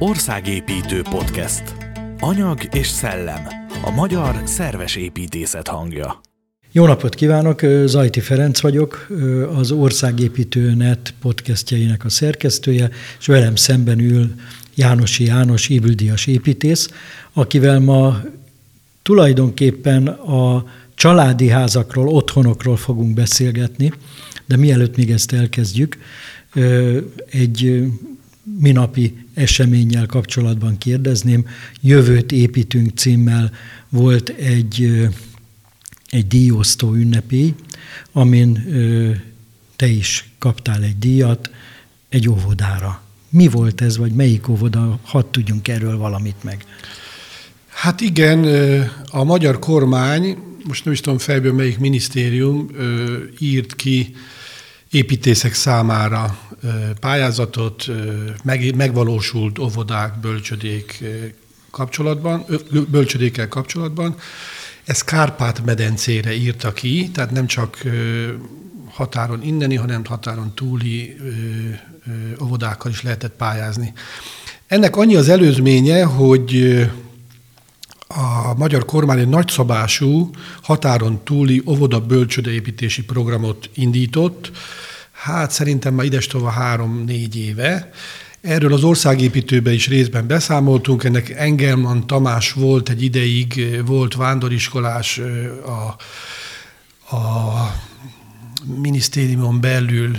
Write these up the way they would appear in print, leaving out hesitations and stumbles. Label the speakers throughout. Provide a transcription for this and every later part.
Speaker 1: Országépítő Podcast. Anyag és szellem. A magyar szerves építészet hangja.
Speaker 2: Jó napot kívánok! Zajti Ferenc vagyok, az Országépítő.net podcastjainek a szerkesztője, és velem szemben ül Jánosi János, Ybl-díjas építész, akivel ma tulajdonképpen a családi házakról, otthonokról fogunk beszélgetni, de mielőtt még ezt elkezdjük, egy minapi eseménnyel kapcsolatban kérdezném. Jövőt építünk címmel volt egy díjosztó ünnepély, amin te is kaptál egy díjat egy óvodára. Mi volt ez, vagy melyik óvoda? Hadd tudjunk erről valamit meg.
Speaker 3: Hát igen, a magyar kormány, most nem is tudom fejből melyik minisztérium, írt ki építészek számára pályázatot, megvalósult óvodák, bölcsödékkel kapcsolatban. Ez Kárpát-medencére írta ki, tehát nem csak határon inneni, hanem határon túli óvodákkal is lehetett pályázni. Ennek annyi az előzménye, hogy a magyar kormány egy nagyszabású, határon túli óvoda-bölcsödeépítési programot indított, hát szerintem már idestova 3-4 éve. Erről az Országépítőben is részben beszámoltunk, ennek Engelmann Tamás volt egy ideig, volt vándoriskolás a minisztériumon belül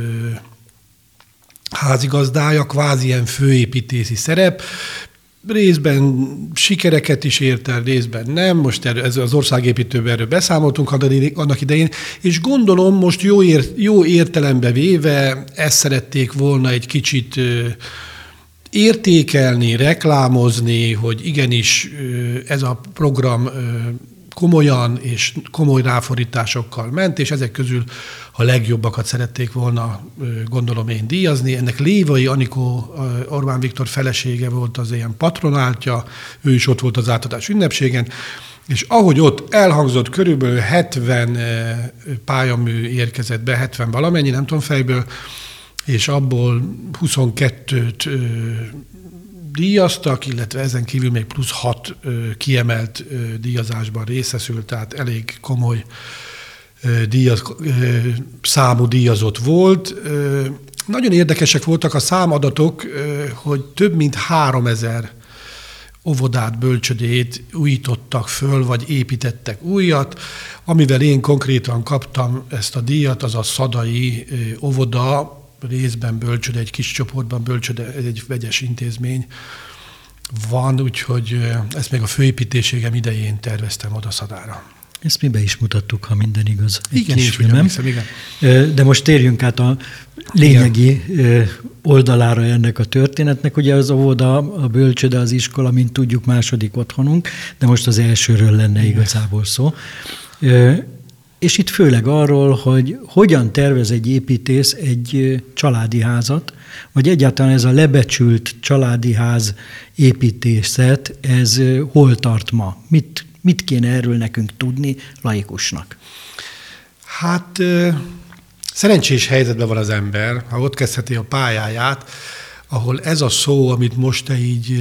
Speaker 3: házigazdája, kvázi ilyen főépítészi szerep. Részben sikereket is ért el, részben nem. Most ez az Országépítőben erről beszámoltunk annak idején, és gondolom most jó értelembe véve ezt szerették volna egy kicsit értékelni, reklámozni, hogy igenis ez a program komolyan és komoly ráfordításokkal ment, és ezek közül a legjobbakat szerették volna, gondolom én, díjazni. Ennek Lévai Anikó, Orbán Viktor felesége volt az ilyen patronáltja, ő is ott volt az átadás ünnepségen, és ahogy ott elhangzott, körülbelül 70 pályamű érkezett be, 70 valamennyi, nem tudom fejből, és abból 22-t díjaztak, illetve ezen kívül még plusz 6 kiemelt díjazásban részesült, tehát elég komoly számú díjazott volt. Nagyon érdekesek voltak a számadatok, hogy több mint 3000 óvodát, bölcsödét újítottak föl, vagy építettek újat. Amivel én konkrétan kaptam ezt a díjat, az a szadai óvoda, részben bölcsöde, egy kis csoportban bölcsöde, egy vegyes intézmény van, úgyhogy ezt még a főépítésségem idején terveztem oda Szadára.
Speaker 2: Ezt mi be is mutattuk, ha minden igaz.
Speaker 3: Igen, igen.
Speaker 2: De most térjünk át a lényegi oldalára ennek a történetnek. Ugye az óvoda, a bölcsöde, az iskola, mint tudjuk, második otthonunk, de most az elsőről lenne igazából szó. És itt főleg arról, hogy hogyan tervez egy építész egy családi házat, vagy egyáltalán ez a lebecsült családi ház építészet, ez hol tart ma? Mit kéne erről nekünk tudni laikusnak?
Speaker 3: Hát szerencsés helyzetben van az ember, ha ott kezdheti a pályáját, ahol ez a szó, amit most te így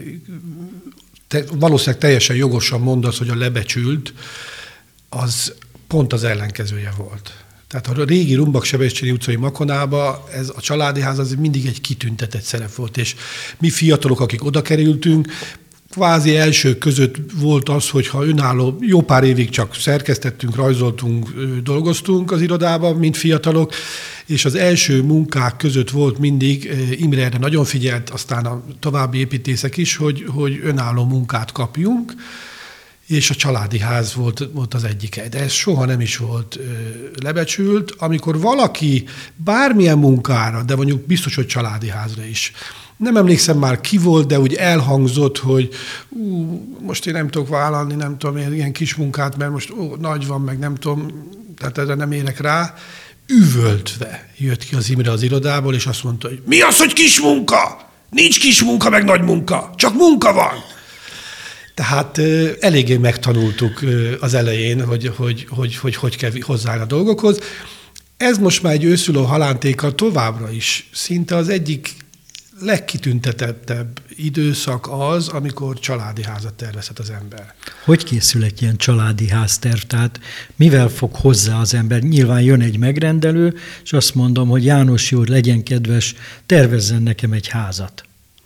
Speaker 3: valószínűleg teljesen jogosan mondasz, hogy a lebecsült, az pont az ellenkezője volt. Tehát a régi Rumbak-Sebestyéni utcai Makonába ez a családi ház az mindig egy kitüntetett szerep volt, és mi fiatalok, akik oda kerültünk, kvázi elsők között volt az, hogyha önálló, jó pár évig csak szerkesztettünk, rajzoltunk, dolgoztunk az irodában, mint fiatalok, és az első munkák között volt mindig, Imre erre nagyon figyelt, aztán a további építészek is, hogy önálló munkát kapjunk, és a családi ház volt az egyik. De ez soha nem is volt lebecsült. Amikor valaki bármilyen munkára, de mondjuk biztos, hogy családi házra is, nem emlékszem már ki volt, de úgy elhangzott, hogy most én nem tudok vállalni, nem tudom, ilyen kis munkát, mert most nagy van, meg nem tudom, tehát erre nem érek rá. Üvöltve jött ki az Imre az irodából, és azt mondta, hogy mi az, hogy kis munka? Nincs kis munka, meg nagy munka, csak munka van. Tehát eléggé megtanultuk az elején, hogy kell hozzáállni a dolgokhoz. Ez most már egy őszülő halántékkal továbbra is szinte az egyik legkitüntetettebb időszak az, amikor családi házat tervezhet az ember.
Speaker 2: Hogy készül egy ilyen családi házterv? Tehát mivel fog hozzá az ember? Nyilván jön egy megrendelő, és azt mondom, hogy János úr, legyen kedves, tervezzen nekem egy házat.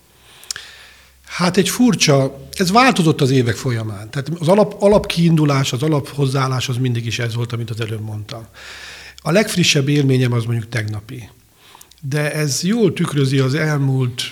Speaker 3: Hát egy furcsa, ez változott az évek folyamán. Tehát az alapkiindulás, az alaphozzáállás az mindig is ez volt, amit az előbb mondtam. A legfrissebb élményem az mondjuk tegnapi. De ez jól tükrözi az elmúlt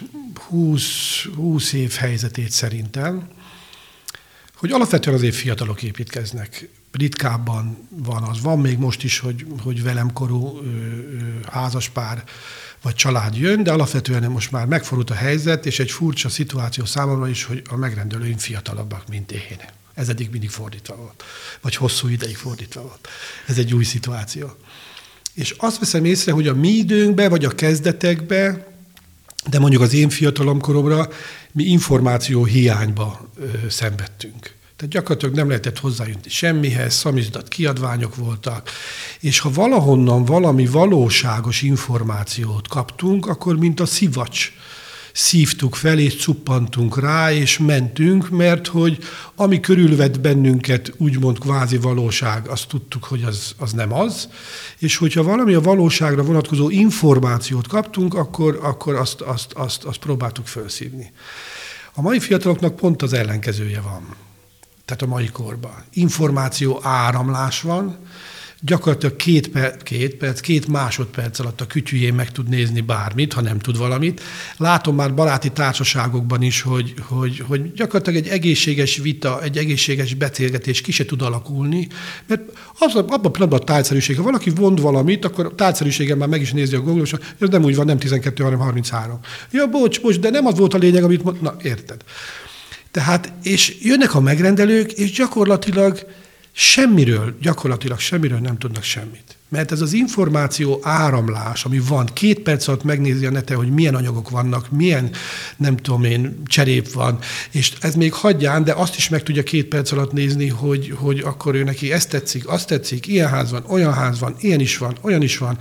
Speaker 3: 20 év helyzetét szerintem, hogy alapvetően azért fiatalok építkeznek. Ritkábban van az. Van még most is, hogy velem korú házaspár vagy család jön, de alapvetően most már megfordult a helyzet, és egy furcsa szituáció számomra is, hogy a megrendelőim fiatalabbak, mint én. Ez eddig mindig fordítva volt. Vagy hosszú ideig fordítva volt. Ez egy új szituáció. És azt veszem észre, hogy a mi időnkben, vagy a kezdetekben, de mondjuk az én fiatalomkoromra, mi információ hiányba szenvedtünk. Tehát gyakorlatilag nem lehetett hozzájönni semmihez, szamizdat kiadványok voltak, és ha valahonnan valami valóságos információt kaptunk, akkor mint a szivacs szívtuk fel, és cuppantunk rá, és mentünk, mert hogy ami körülvett bennünket, úgymond kvázi valóság, azt tudtuk, hogy az nem az, és hogyha valami a valóságra vonatkozó információt kaptunk, akkor azt próbáltuk felszívni. A mai fiataloknak pont az ellenkezője van. Tehát a mai korban. Információ áramlás van, gyakorlatilag két másodperc alatt a kütyüjén meg tud nézni bármit, ha nem tud valamit. Látom már baráti társaságokban is, hogy gyakorlatilag egy egészséges vita, egy egészséges beszélgetés ki se tud alakulni, mert abban a pillanatban a tárgyszerűség, ha valaki mond valamit, akkor a tárgyszerűségen már meg is nézi a Google-os, ez nem úgy van, nem 12, hanem 33. Ja, bocs, de nem az volt a lényeg, amit mond... Na, érted. Tehát, és jönnek a megrendelők, és gyakorlatilag semmiről nem tudnak semmit. Mert ez az információ áramlás, ami van, 2 perc alatt megnézi a neten, hogy milyen anyagok vannak, milyen, nem tudom én, cserép van, és ez még hagyján, de azt is meg tudja 2 perc alatt nézni, hogy akkor ő neki ezt tetszik, azt tetszik, ilyen ház van, olyan ház van, ilyen is van, olyan is van.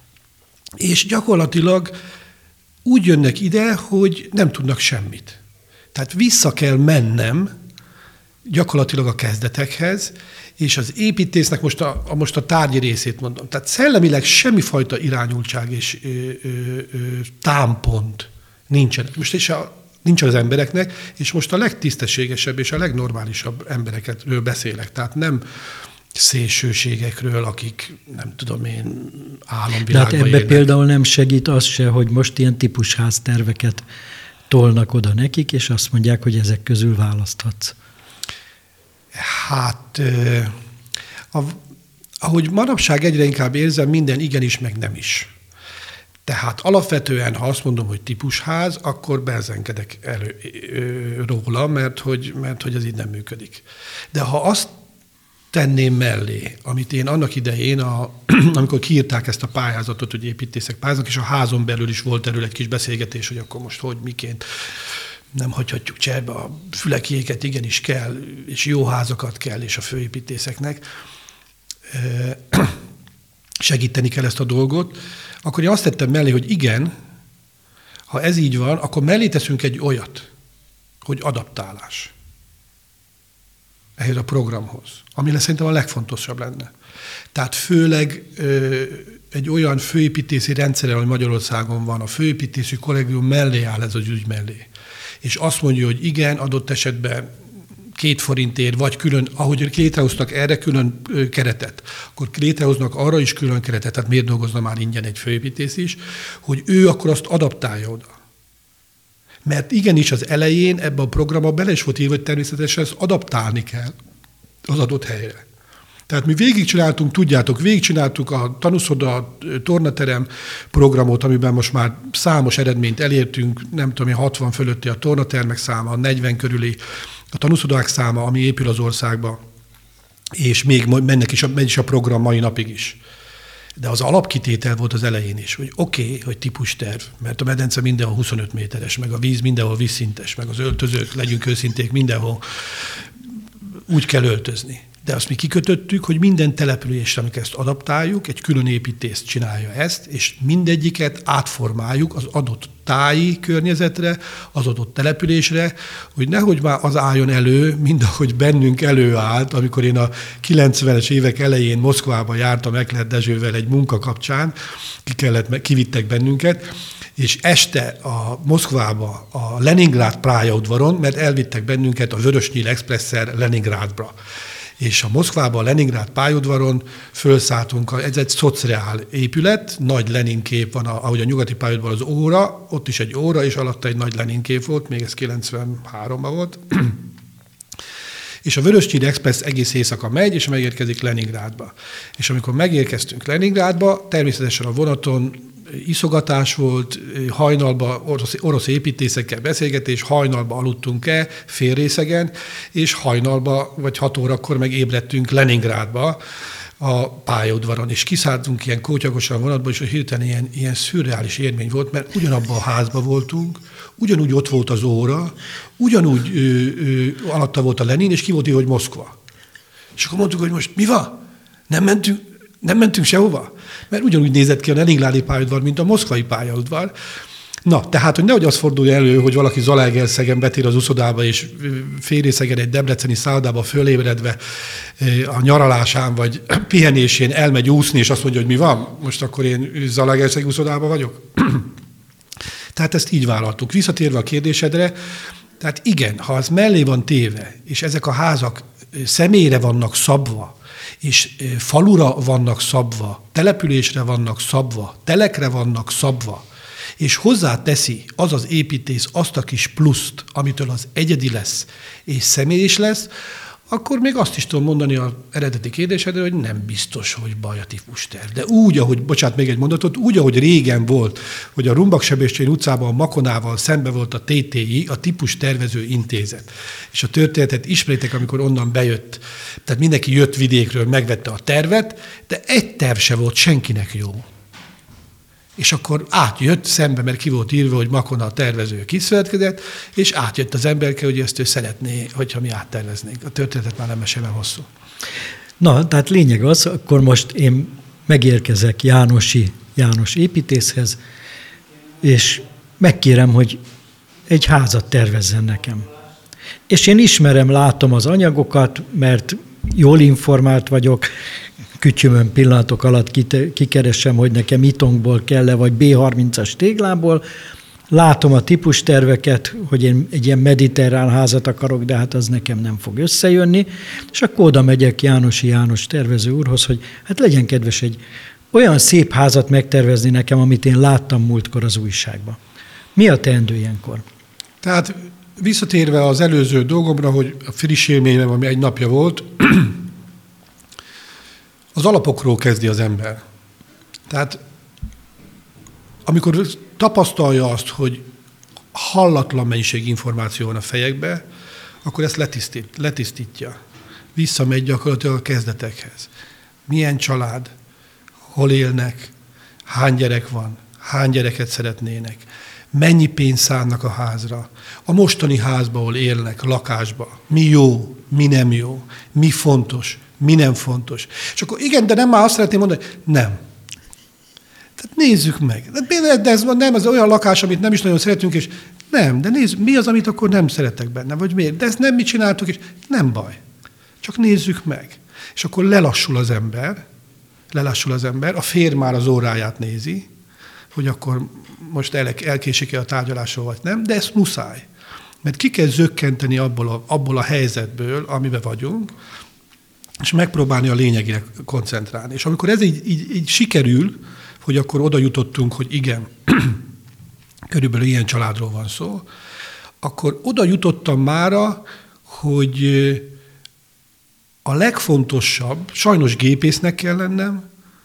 Speaker 3: És gyakorlatilag úgy jönnek ide, hogy nem tudnak semmit. Tehát vissza kell mennem gyakorlatilag a kezdetekhez, és az építésznek most a tárgyi részét mondom. Tehát szellemileg semmifajta irányultság és támpont nincsen. Most nincsen az embereknek, és most a legtisztességesebb és a legnormálisabb emberekről beszélek. Tehát nem szélsőségekről, akik nem tudom én álomvilágban
Speaker 2: de hát ebbe például nem segít az se, hogy most ilyen típusházterveket tolnak oda nekik, és azt mondják, hogy ezek közül választhatsz.
Speaker 3: Hát, ahogy manapság egyre inkább érzem, minden igenis, meg nem is. Tehát alapvetően, ha azt mondom, hogy típusház, akkor berzenkedek róla, mert hogy ez így nem működik. De ha azt tenném mellé, amit én annak idején, amikor kiírták ezt a pályázatot, hogy építészek pályáznak, és a házon belül is volt erről egy kis beszélgetés, hogy akkor most hogy, miként nem hagyhatjuk cserbe a fülekiéket, igenis kell, és jó házakat kell, és a főépítészeknek segíteni kell ezt a dolgot, akkor én azt tettem mellé, hogy igen, ha ez így van, akkor mellé teszünk egy olyat, hogy adaptálás ehhez a programhoz, ami szerintem a legfontosabb lenne. Tehát főleg egy olyan főépítési rendszerrel, ami Magyarországon van, a főépítési kollégium mellé áll ez az ügy mellé. És azt mondja, hogy igen, adott esetben 2 forintért, vagy külön, ahogy létrehoztak erre külön keretet, akkor létrehoznak arra is külön keretet, tehát miért dolgozna már ingyen egy főépítész is, hogy ő akkor azt adaptálja oda. Mert igenis az elején ebben a programban bele is volt írva, hogy természetesen ezt adaptálni kell az adott helyre. Tehát mi végigcsináltuk a tanúszoda, tornaterem programot, amiben most már számos eredményt elértünk, nem tudom, 60 fölötti a tornatermek száma, 40 körüli a tanúszodák száma, ami épül az országba, és még megy is a program mai napig is. De az alapkitétel volt az elején is, hogy oké, hogy típusterv, mert a medence mindenhol 25 méteres, meg a víz mindenhol vízszintes, meg az öltözők, legyünk őszinték, mindenhol úgy kell öltözni. De azt mi kikötöttük, hogy minden településre, amikor ezt adaptáljuk, egy külön építész csinálja ezt, és mindegyiket átformáljuk az adott táji környezetre, az adott településre, hogy nehogy már az álljon elő, mint ahogy bennünk előállt, amikor én a 90-es évek elején Moszkvába jártam Ekler Dezsővel egy munka kapcsán, kivittek bennünket, és este a Moszkvába, a Leningrád pályaudvaron, mert elvittek bennünket a Vörösnyíl Expresszel Leningrádba. És a Moszkvában, a Leningrád pályaudvaron fölszálltunk, ez egy szociál épület, nagy Lenin kép van, ahogy a nyugati pályaudvar az óra, ott is egy óra, és alatta egy nagy Lenin kép volt, még ez 93-ban volt. És a Vörösnyíl Express egész éjszaka megy, és megérkezik Leningrádba. És amikor megérkeztünk Leningrádba, természetesen a vonaton iszogatás volt, hajnalban orosz építészekkel beszélgetés, hajnalban aludtunk el félrészegen, és hajnalban, vagy 6 órakor megébredtünk Leningrádba a pályaudvaron, és kiszálltunk ilyen kótyagosan vonatba, és hirtelen ilyen szürreális élmény volt, mert ugyanabban a házban voltunk, ugyanúgy ott volt az óra, ugyanúgy alatta volt a Lenin, és ki volt írva, hogy Moszkva. És akkor mondtuk, hogy most mi van? Nem mentünk sehova? Mert ugyanúgy nézett ki a leningrádi pályaudvar, mint a moszkvai pályaudvar. Na, tehát, hogy nehogy az fordulja elő, hogy valaki Zalaegerszegen betér az uszodába, és félrészegen egy debreceni szállodába fölébredve a nyaralásán, vagy pihenésén elmegy úszni, és azt mondja, hogy mi van? Most akkor én Zalaegerszegi uszodában vagyok? Tehát ezt így vállaltuk. Visszatérve a kérdésedre, tehát igen, ha az mellé van téve, és ezek a házak személyre vannak szabva, és falura vannak szabva, településre vannak szabva, telekre vannak szabva, és hozzáteszi az az építész azt a kis pluszt, amitől az egyedi lesz, és személyes lesz, akkor még azt is tudom mondani az eredeti kérdésedre, hogy nem biztos, hogy baj a típusterv. De úgy, ahogy, bocsánat, még egy mondatot, úgy, ahogy régen volt, hogy a Rumbak-Sebestyén utcában a Makonával szembe volt a TTI, a Típustervező Intézet. És a történetet ismeritek, amikor onnan bejött. Tehát mindenki jött vidékről, megvette a tervet, de egy terv se volt senkinek jó. És akkor átjött szembe, mert ki volt írva, hogy Makona a tervező kiszövetkezett, és átjött az emberke, hogy ezt ő szeretné, hogyha mi átterveznénk. A történetet már nem mesélem hosszú.
Speaker 2: Na, tehát lényeg az, akkor most én megérkezek János építészhez, és megkérem, hogy egy házat tervezzen nekem. És én ismerem, látom az anyagokat, mert jól informált vagyok, kütyümön pillanatok alatt kikeresem, hogy nekem itongból kell-e, vagy B30-as téglából. Látom a típusterveket, hogy én egy ilyen mediterrán házat akarok, de hát az nekem nem fog összejönni. És akkor oda megyek János tervező úrhoz, hogy hát legyen kedves egy olyan szép házat megtervezni nekem, amit én láttam múltkor az újságban. Mi a teendő ilyenkor?
Speaker 3: Tehát visszatérve az előző dolgomra, hogy a friss élményem, ami egy napja volt, az alapokról kezdi az ember. Tehát amikor tapasztalja azt, hogy hallatlan mennyiség információ van a fejekbe, akkor ezt letisztítja. Visszamegy gyakorlatilag a kezdetekhez. Milyen család, hol élnek, hány gyerek van, hány gyereket szeretnének, mennyi pénzt szánnak a házra, a mostani házban, ahol élnek, lakásba, mi jó, mi nem jó, mi fontos, mi nem fontos. És akkor igen, de nem már azt szeretném mondani, nem. Tehát nézzük meg. De ez nem az olyan lakás, amit nem is nagyon szeretünk, és nem, de nézzük, mi az, amit akkor nem szeretek benne, vagy miért? De ezt nem mi csináltuk, és nem baj. Csak nézzük meg. És akkor lelassul az ember, a férj már az óráját nézi, hogy akkor most elkésik-e a tárgyalásról, vagy nem, de ezt muszáj. Mert ki kell zökkenteni abból a helyzetből, amiben vagyunk, és megpróbálni a lényegére koncentrálni. És amikor ez így sikerül, hogy akkor oda jutottunk, hogy igen, körülbelül ilyen családról van szó, akkor oda jutottam mára, hogy a legfontosabb, sajnos gépésznek kell lennem,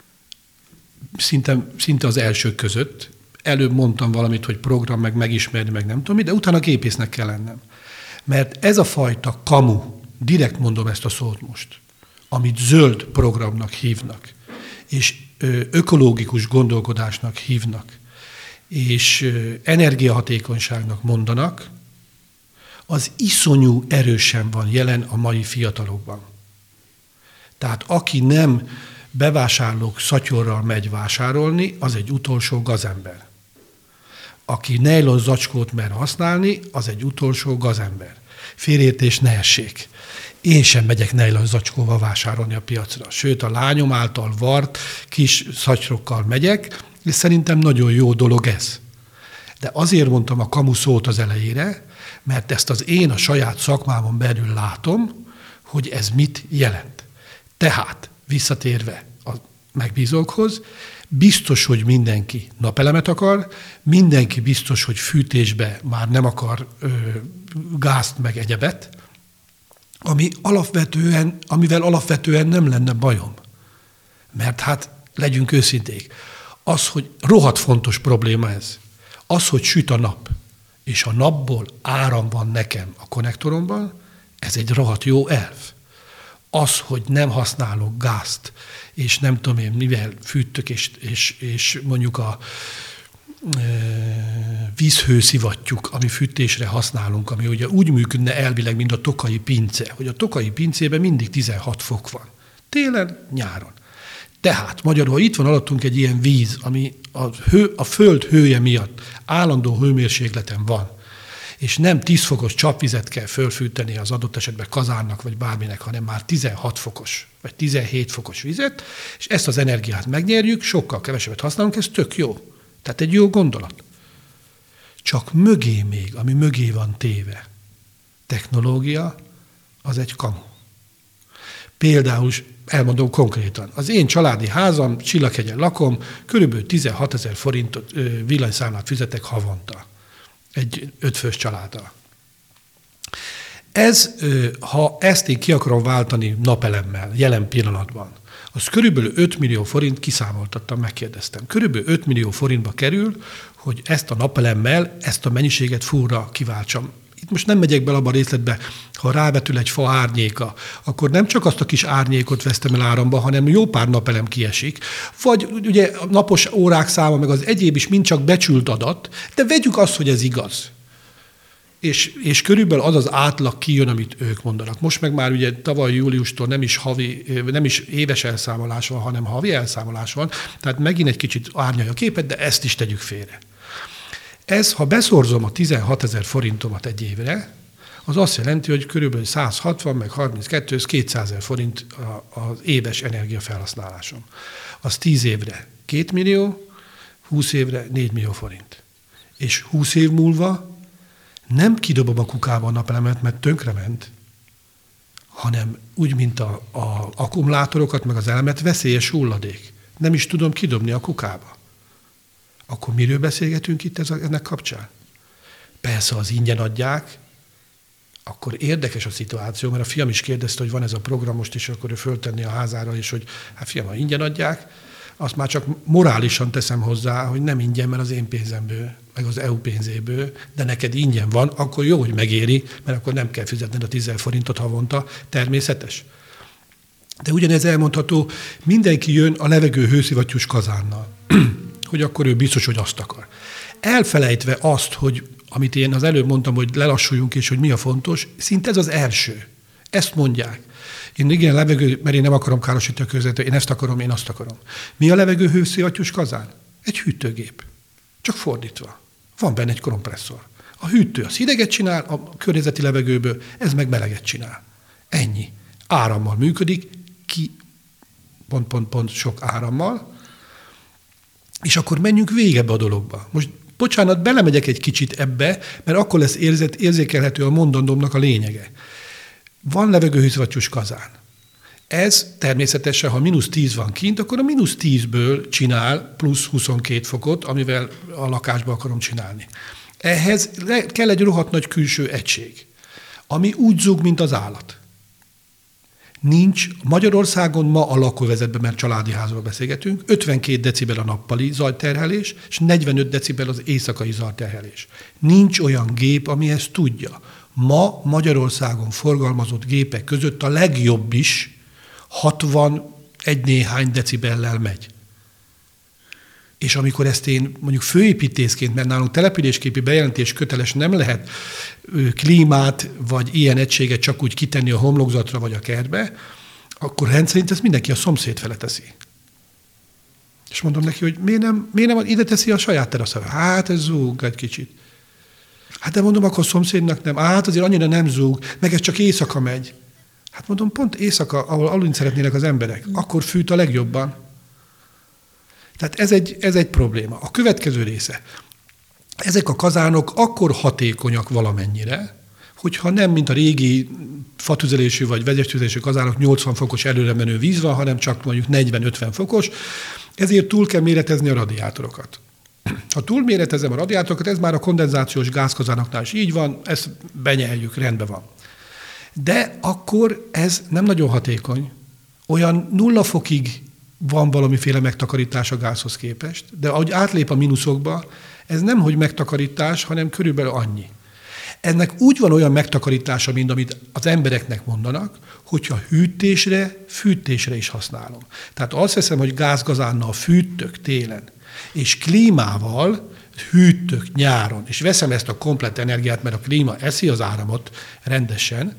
Speaker 3: szinte az elsők között. Előbb mondtam valamit, hogy program, meg megismerni, meg nem tudom mi, de utána gépésznek kell lennem. Mert ez a fajta kamu, direkt mondom ezt a szót most, amit zöld programnak hívnak, és ökológikus gondolkodásnak hívnak, és energiahatékonyságnak mondanak, az iszonyú erősen van jelen a mai fiatalokban. Tehát aki nem bevásárlók szatyorral megy vásárolni, az egy utolsó gazember. Aki nejlon zacskót mer használni, az egy utolsó gazember. Félreértés ne essék. Én sem megyek nejlon zacskóval vásárolni a piacra. Sőt, a lányom által vart kis szatyrokkal megyek, és szerintem nagyon jó dolog ez. De azért mondtam a kamu szót az elejére, mert ezt én a saját szakmámon belül látom, hogy ez mit jelent. Tehát, visszatérve a megbízókhoz, biztos, hogy mindenki napelemet akar, mindenki biztos, hogy fűtésbe már nem akar gázt meg egyebet, amivel alapvetően nem lenne bajom. Mert hát legyünk őszinték, az, hogy rohadt fontos probléma ez, az, hogy süt a nap, és a napból áram van nekem a konnektoromban, ez egy rohadt jó elv. Az, hogy nem használok gázt, és nem tudom én, mivel fűtök, és mondjuk a vízhőszivattyúk, ami fűtésre használunk, ami ugye úgy működne elvileg, mint a tokaji pince, hogy a tokaji pincében mindig 16 fok van. Télen, nyáron. Tehát magyarul itt van alattunk egy ilyen víz, ami a föld hője miatt állandó hőmérsékleten van, és nem 10 fokos csapvizet kell fölfűteni az adott esetben kazánnak vagy bárminek, hanem már 16 fokos vagy 17 fokos vizet, és ezt az energiát megnyerjük, sokkal kevesebbet használunk, ez tök jó. Tehát egy jó gondolat. Csak mögé még, ami mögé van téve, technológia, az egy kamu. Például elmondom konkrétan, az én családi házam, Csillaghegyen lakom, körülbelül 16 000 forintot villanyszámlát fizetek havonta. Egy 5 fős családdal. Ha ezt én ki akarom váltani napelemmel, jelen pillanatban, az körülbelül 5 millió forint, kiszámoltattam, megkérdeztem. Körülbelül 5 millió forintba kerül, hogy ezt a napelemmel, ezt a mennyiséget fúrra kiváltsam. Itt most nem megyek bele abba a részletbe, ha rávetül egy fa árnyéka, akkor nem csak azt a kis árnyékot vesztem el áramba, hanem jó pár napelem kiesik. Vagy ugye a napos órák száma, meg az egyéb is mind csak becsült adat, de vegyük azt, hogy ez igaz. És körülbelül az az átlag kijön, amit ők mondanak. Most meg már ugye tavaly júliustól nem is éves elszámolás van, hanem havi elszámolás van, tehát megint egy kicsit árnyalja a képet, de ezt is tegyük félre. Ez, ha beszorzom a 16 000 forintomat egy évre, az azt jelenti, hogy körülbelül 160, meg 32, ez 200 000 forint az éves energiafelhasználásom. Az 10 évre 2 millió, 20 évre 4 millió forint. És 20 év múlva nem kidobom a kukába a napelemet, mert tönkrement, hanem úgy, mint az akkumulátorokat, meg az elemet, veszélyes hulladék. Nem is tudom kidobni a kukába. Akkor miről beszélgetünk itt ennek kapcsán? Persze, az ingyen adják, akkor érdekes a szituáció, mert a fiam is kérdezte, hogy van ez a program most, és akkor ő föltenni a házára, és hogy hát fiam, ha ingyen adják, azt már csak morálisan teszem hozzá, hogy nem ingyen, mert az én pénzemből, meg az EU pénzéből, de neked ingyen van, akkor jó, hogy megéri, mert akkor nem kell fizetned a 10 000 forintot havonta, természetes. De ugyanez elmondható, mindenki jön a levegő hőszivattyús kazánnal, hogy akkor ő biztos, hogy azt akar. Elfelejtve azt, hogy amit én az előbb mondtam, hogy lelassuljunk, és hogy mi a fontos, szinte ez az első. Ezt mondják. Én igen, levegő, mert én nem akarom károsítani a környezetet, én ezt akarom, én azt akarom. Mi a levegő hőszivattyús kazán? Egy hűtőgép. Csak fordítva. Van benne egy kompresszor. A hűtő az hideget csinál, a környezeti levegőből, ez meg meleget csinál. Ennyi. Árammal működik, sok árammal, és akkor menjünk végig ebbe a dologba. Most, bocsánat, belemegyek egy kicsit ebbe, mert akkor lesz érzékelhető a mondandómnak a lényege. Van levegőhőszivattyús kazán. Ez természetesen, ha -10 van kint, akkor a -10-ből csinál plusz 22 fokot, amivel a lakásba akarom csinálni. Ehhez kell egy rohadt nagy külső egység, ami úgy zúg, mint az állat. Nincs Magyarországon ma a lakóvezetben, mert családi házról beszélgetünk, 52 decibel a nappali zajterhelés, és 45 decibel az éjszakai zajterhelés. Nincs olyan gép, ami ezt tudja. Ma Magyarországon forgalmazott gépek között a legjobb is 61 néhány decibellel megy. És amikor ezt én mondjuk főépítészként, mert nálunk településképi bejelentés köteles, nem lehet klímát vagy ilyen egységet csak úgy kitenni a homlokzatra vagy a kertbe, akkor rendszerint ezt mindenki a szomszéd fele teszi. És mondom neki, hogy miért nem ide teszi a saját teraszra? Hát ez zúg egy kicsit. Hát de mondom, akkor a szomszédnak nem. Hát azért annyira nem zúg, meg ez csak éjszaka megy. Hát mondom, pont éjszaka, ahol aludni szeretnének az emberek, akkor fűt a legjobban. Tehát ez egy probléma. A következő része. Ezek a kazánok akkor hatékonyak valamennyire, hogyha nem, mint a régi fatüzelésű vagy vegyestüzelésű kazánok 80 fokos előre menő víz van, hanem csak mondjuk 40-50 fokos, ezért túl kell méretezni a radiátorokat. Ha túlméretezem a radiátorokat, ez már a kondenzációs gázkazánoknál is így van, ezt benyeljük, rendben van. De akkor ez nem nagyon hatékony. Olyan 0 fokig van valamiféle megtakarítás a gázhoz képest, de ahogy átlép a mínuszokba, ez nem hogy megtakarítás, hanem körülbelül annyi. Ennek úgy van olyan megtakarítása, mint amit az embereknek mondanak, hogyha hűtésre, fűtésre is használom. Tehát azt hiszem, hogy gázgazánnal fűtök télen, és klímával hűtök nyáron, és veszem ezt a komplett energiát, mert a klíma eszi az áramot rendesen,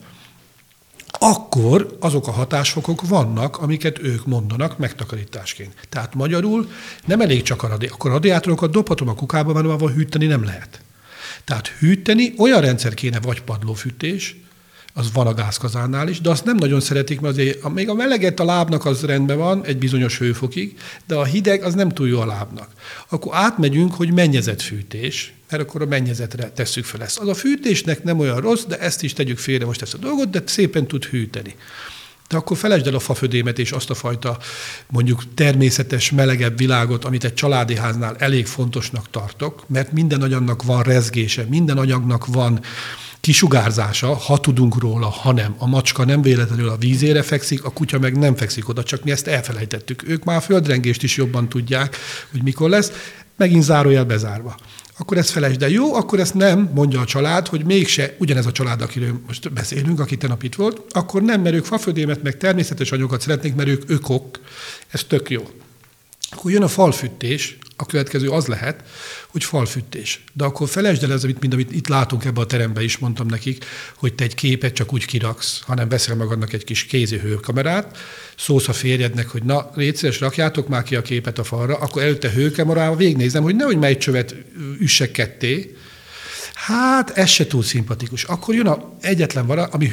Speaker 3: akkor azok a hatásfokok vannak, amiket ők mondanak megtakarításként. Tehát magyarul nem elég csak akkor a radiátorokat dobhatom a kukába, mert ahol hűteni nem lehet. Tehát hűteni olyan rendszer kéne, vagy padlófűtés, az van a gázkazánnál is, de azt nem nagyon szeretik, mert azért még a meleget a lábnak az rendben van, egy bizonyos hőfokig, de a hideg az nem túl jó a lábnak. Akkor átmegyünk, hogy mennyezetfűtés, mert akkor a mennyezetre tesszük fel ezt. Az a fűtésnek nem olyan rossz, de ezt is tegyük félre most ezt a dolgot, de szépen tud hűteni. De akkor felejtsd el a fafödémet és azt a fajta mondjuk természetes, melegebb világot, amit egy családi háznál elég fontosnak tartok, mert minden anyagnak van rezgése, minden anyagnak van kisugárzása, ha tudunk róla, hanem a macska nem véletlenül a vízére fekszik, a kutya meg nem fekszik oda, csak mi ezt elfelejtettük. Ők már a földrengést is jobban tudják, hogy mikor lesz, megint zárójel bezárva. Akkor ezt felejtsd el. Jó, akkor ezt nem, mondja a család, hogy mégse ugyanez a család, akiről most beszélünk, aki tegnap itt volt, akkor nem, mert ők fafödémet, meg természetes anyagokat szeretnék, mert ők ökok, ez tök jó. Akkor jön a falfűtés, a következő az lehet, hogy falfűtés. De akkor felejtsd el mint amit itt látunk ebben a teremben is, mondtam nekik, hogy te egy képet csak úgy kiraksz, hanem veszel magadnak egy kis kézi hőkamerát, szólsz a férjednek, hogy na, légy szíves, rakjátok már ki a képet a falra, akkor előtte hőkamerával végignézem, hogy nehogy mely csövet üssek ketté. Hát, ez se túl szimpatikus. Akkor jön a egyetlen vara, ami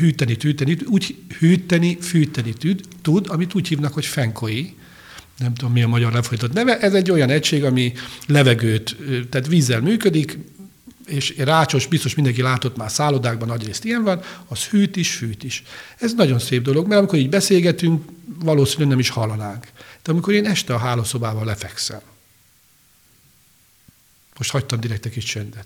Speaker 3: fűteni tud, amit úgy hívnak, hogy fenkoi. Nem tudom, mi a magyar lefolytott neve. Ez egy olyan egység, ami levegőt, tehát vízzel működik, és rácsos, biztos mindenki látott már szállodákban, nagyrészt ilyen van, az hűt is. Ez nagyon szép dolog, mert amikor így beszélgetünk, valószínűleg nem is hallanánk. De amikor én este a hálószobában lefekszem, most hagytam direkt egy kis csendet.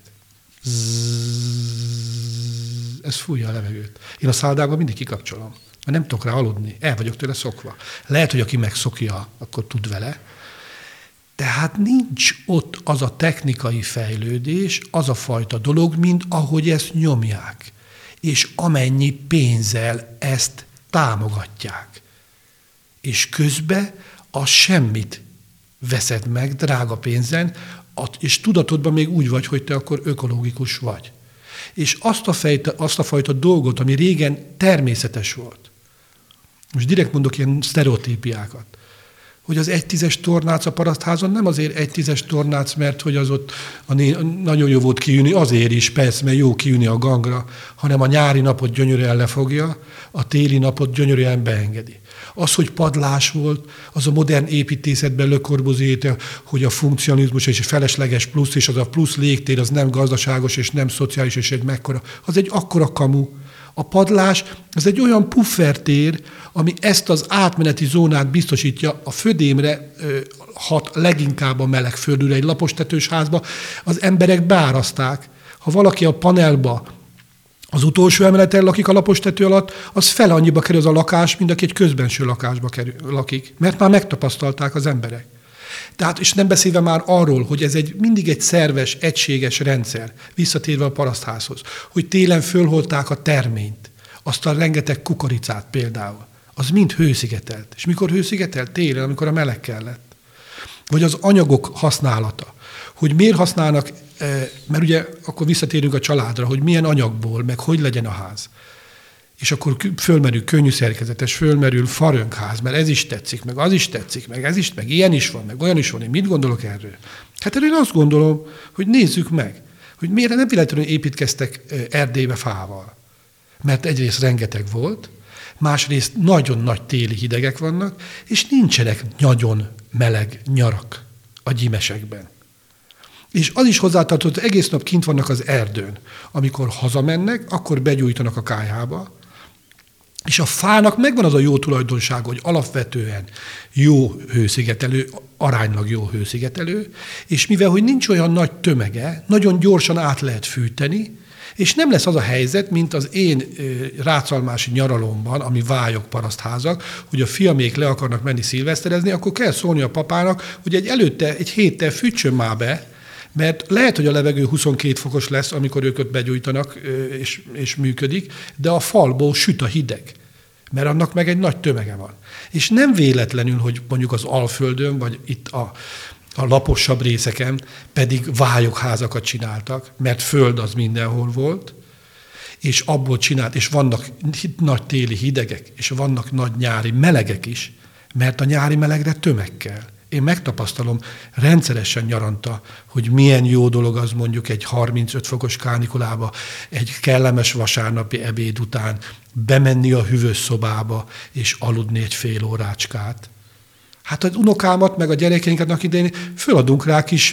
Speaker 3: Ez fújja a levegőt. Én a szállodákban mindig kikapcsolom. Mert nem tudok rá aludni, el vagyok tőle szokva. Lehet, hogy aki megszokja, akkor tud vele. Tehát nincs ott az a technikai fejlődés, az a fajta dolog, mint ahogy ezt nyomják. És amennyi pénzzel ezt támogatják. És közben az semmit veszed meg drága pénzen, és tudatodban még úgy vagy, hogy te akkor ökológikus vagy. És azt a fajta dolgot, ami régen természetes volt, most direkt mondok ilyen sztereotípiákat, hogy az 1/10 tornác a parasztházon nem azért 1/10 tornác, mert hogy az ott nagyon jó volt kijönni, azért is, persze, mert jó kijönni a gangra, hanem a nyári napot gyönyörűen lefogja, a téli napot gyönyörűen beengedi. Az, hogy padlás volt, az a modern építészetben Le Corbusier, hogy a funkcionalizmus és a felesleges plusz, és az a plusz légtér, az nem gazdaságos, és nem szociális, és egy mekkora. Az egy akkora kamu. A padlás, ez egy olyan puffertér, ami ezt az átmeneti zónát biztosítja, a födémre hat leginkább a meleg földűre egy lapostetős házba. Az emberek beáraszták. Ha valaki a panelba az utolsó emeleten lakik a lapostető alatt, az fel annyiba kerül az a lakás, mint aki egy közbenső lakásba lakik. Mert már megtapasztalták az emberek. Tehát, és nem beszélve már arról, hogy ez mindig egy szerves, egységes rendszer, visszatérve a parasztházhoz, hogy télen fölholták a terményt, azt a rengeteg kukoricát például, az mind hőszigetelt. És mikor hőszigetelt? Télen, amikor a meleg kellett. Vagy az anyagok használata. Hogy miért használnak, mert ugye akkor visszatérünk a családra, hogy milyen anyagból, meg hogy legyen a ház. És akkor fölmerül könnyű szerkezetes, fölmerül farönkház, mert ez is tetszik, meg az is tetszik, meg ez is, meg ilyen is van, meg olyan is van. Én mit gondolok erről? Hát erről én azt gondolom, hogy nézzük meg, hogy miért nem véletlenül építkeztek Erdélybe fával. Mert egyrészt rengeteg volt, másrészt nagyon nagy téli hidegek vannak, és nincsenek nagyon meleg nyarak a gyímesekben. És az is hozzátartozott, hogy egész nap kint vannak az erdőn. Amikor hazamennek, akkor begyújtanak a kályhába, és a fának megvan az a jó tulajdonsága, hogy alapvetően jó hőszigetelő, aránylag jó hőszigetelő, és mivel, hogy nincs olyan nagy tömege, nagyon gyorsan át lehet fűteni, és nem lesz az a helyzet, mint az én rácalmási nyaralomban, ami vályok parasztházak, hogy a fiamék le akarnak menni szilveszterezni, akkor kell szólni a papának, hogy egy héttel fűtsön már be, mert lehet, hogy a levegő 22 fokos lesz, amikor ők ott begyújtanak és működik, de a falból süt a hideg, mert annak meg egy nagy tömege van. És nem véletlenül, hogy mondjuk az Alföldön, vagy itt a laposabb részeken pedig vályokházakat csináltak, mert föld az mindenhol volt, és abból csinált, és vannak nagy téli hidegek, és vannak nagy nyári melegek is, mert a nyári melegre tömeg kell. Én megtapasztalom rendszeresen nyaranta, hogy milyen jó dolog az mondjuk egy 35 fokos kánikulába, egy kellemes vasárnapi ebéd után bemenni a hűvös szobába, és aludni egy fél órácskát. Hát az unokámat, meg a gyerekeinket annak idején föladunk rá kis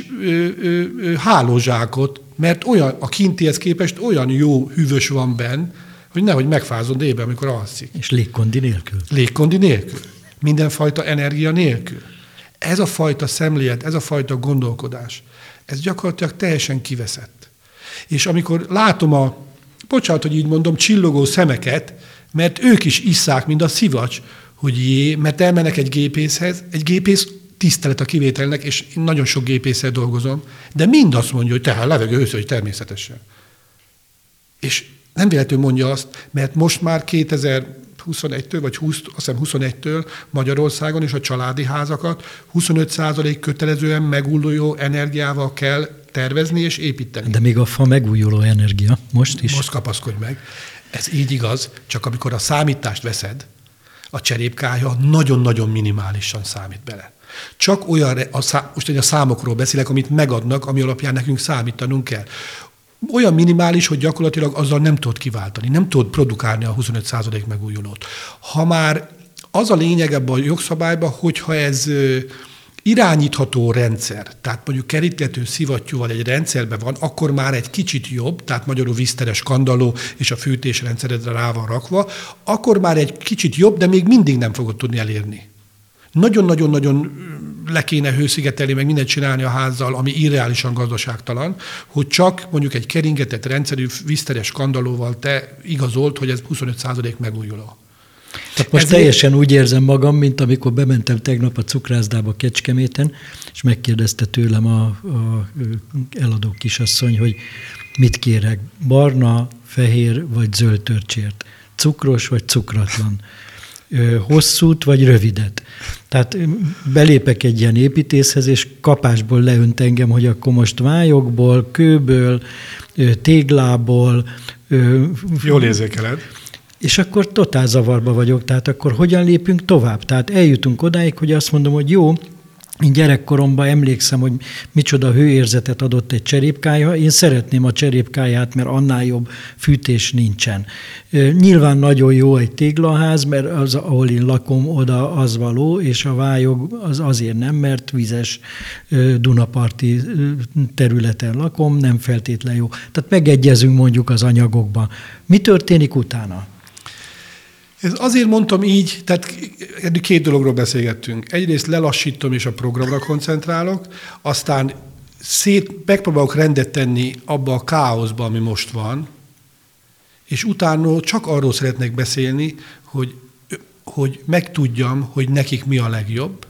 Speaker 3: hálózsákot, mert olyan, a kintihez képest olyan jó hűvös van benn, hogy nehogy megfázzon délben, amikor alszik.
Speaker 2: És légkondi nélkül.
Speaker 3: Légkondi nélkül. Mindenfajta energia nélkül. Ez a fajta szemlélet, ez a fajta gondolkodás, ez gyakorlatilag teljesen kiveszett. És amikor látom bocsánat, hogy így mondom, csillogó szemeket, mert ők is isszák, mint a szivacs, hogy mert elmennek egy gépészhez, egy gépész tisztelet a kivételnek, és én nagyon sok gépésszel dolgozom, de mind azt mondja, hogy tehát levegő hősziget természetesen. És nem véletlenül mondja azt, mert most már 2021-től, vagy 21-től Magyarországon és a családi házakat 25% kötelezően megújuló energiával kell tervezni és építeni.
Speaker 2: De még a fa megújuló energia, most is.
Speaker 3: Most kapaszkodj meg. Ez így igaz, csak amikor a számítást veszed, a cserépkálya nagyon-nagyon minimálisan számít bele. Csak olyan, most a számokról beszélek, amit megadnak, ami alapján nekünk számítanunk kell. Olyan minimális, hogy gyakorlatilag azzal nem tudod kiváltani, nem tudod produkálni a 25% megújulót. Ha már az a lényeg ebben a jogszabályban, hogyha ez irányítható rendszer, tehát mondjuk kerítgető szivattyúval egy rendszerben van, akkor már egy kicsit jobb, tehát magyarul vízteres kandalló és a fűtésrendszeredre rá van rakva, akkor már egy kicsit jobb, de még mindig nem fogod tudni elérni. Nagyon-nagyon-nagyon le kéne hőszigetelni, meg mindent csinálni a házzal, ami irreálisan gazdaságtalan, hogy csak mondjuk egy keringetett rendszerű vízteres kandallóval te igazolt, hogy ez 25% megújuló.
Speaker 2: Tehát most teljesen úgy érzem magam, mint amikor bementem tegnap a cukrászdába Kecskeméten, és megkérdezte tőlem a eladó kisasszony, hogy mit kérek, barna, fehér vagy zöld törcsért, cukros vagy cukratlan, hosszút vagy rövidet. Tehát belépek egy ilyen építészhez, és kapásból leönt engem, hogy akkor most vályokból, kőből, téglából.
Speaker 3: Jól érzékeled.
Speaker 2: És akkor totál zavarba vagyok, tehát akkor hogyan lépünk tovább? Tehát eljutunk odáig, hogy azt mondom, hogy jó, én gyerekkoromban emlékszem, hogy micsoda hőérzetet adott egy cserépkálya. Én szeretném a cserépkályát, mert annál jobb fűtés nincsen. Nyilván nagyon jó egy téglaház, mert az, ahol én lakom, oda az való, és a vályog az azért nem, mert vizes dunaparti területen lakom, nem feltétlen jó. Tehát megegyezünk mondjuk az anyagokban. Mi történik utána?
Speaker 3: Ez azért mondtam így, tehát eddig két dologról beszélgettünk. Egyrészt lelassítom és a programra koncentrálok, aztán megpróbálok rendet tenni abba a káoszba, ami most van, és utána csak arról szeretnék beszélni, hogy megtudjam, hogy nekik mi a legjobb,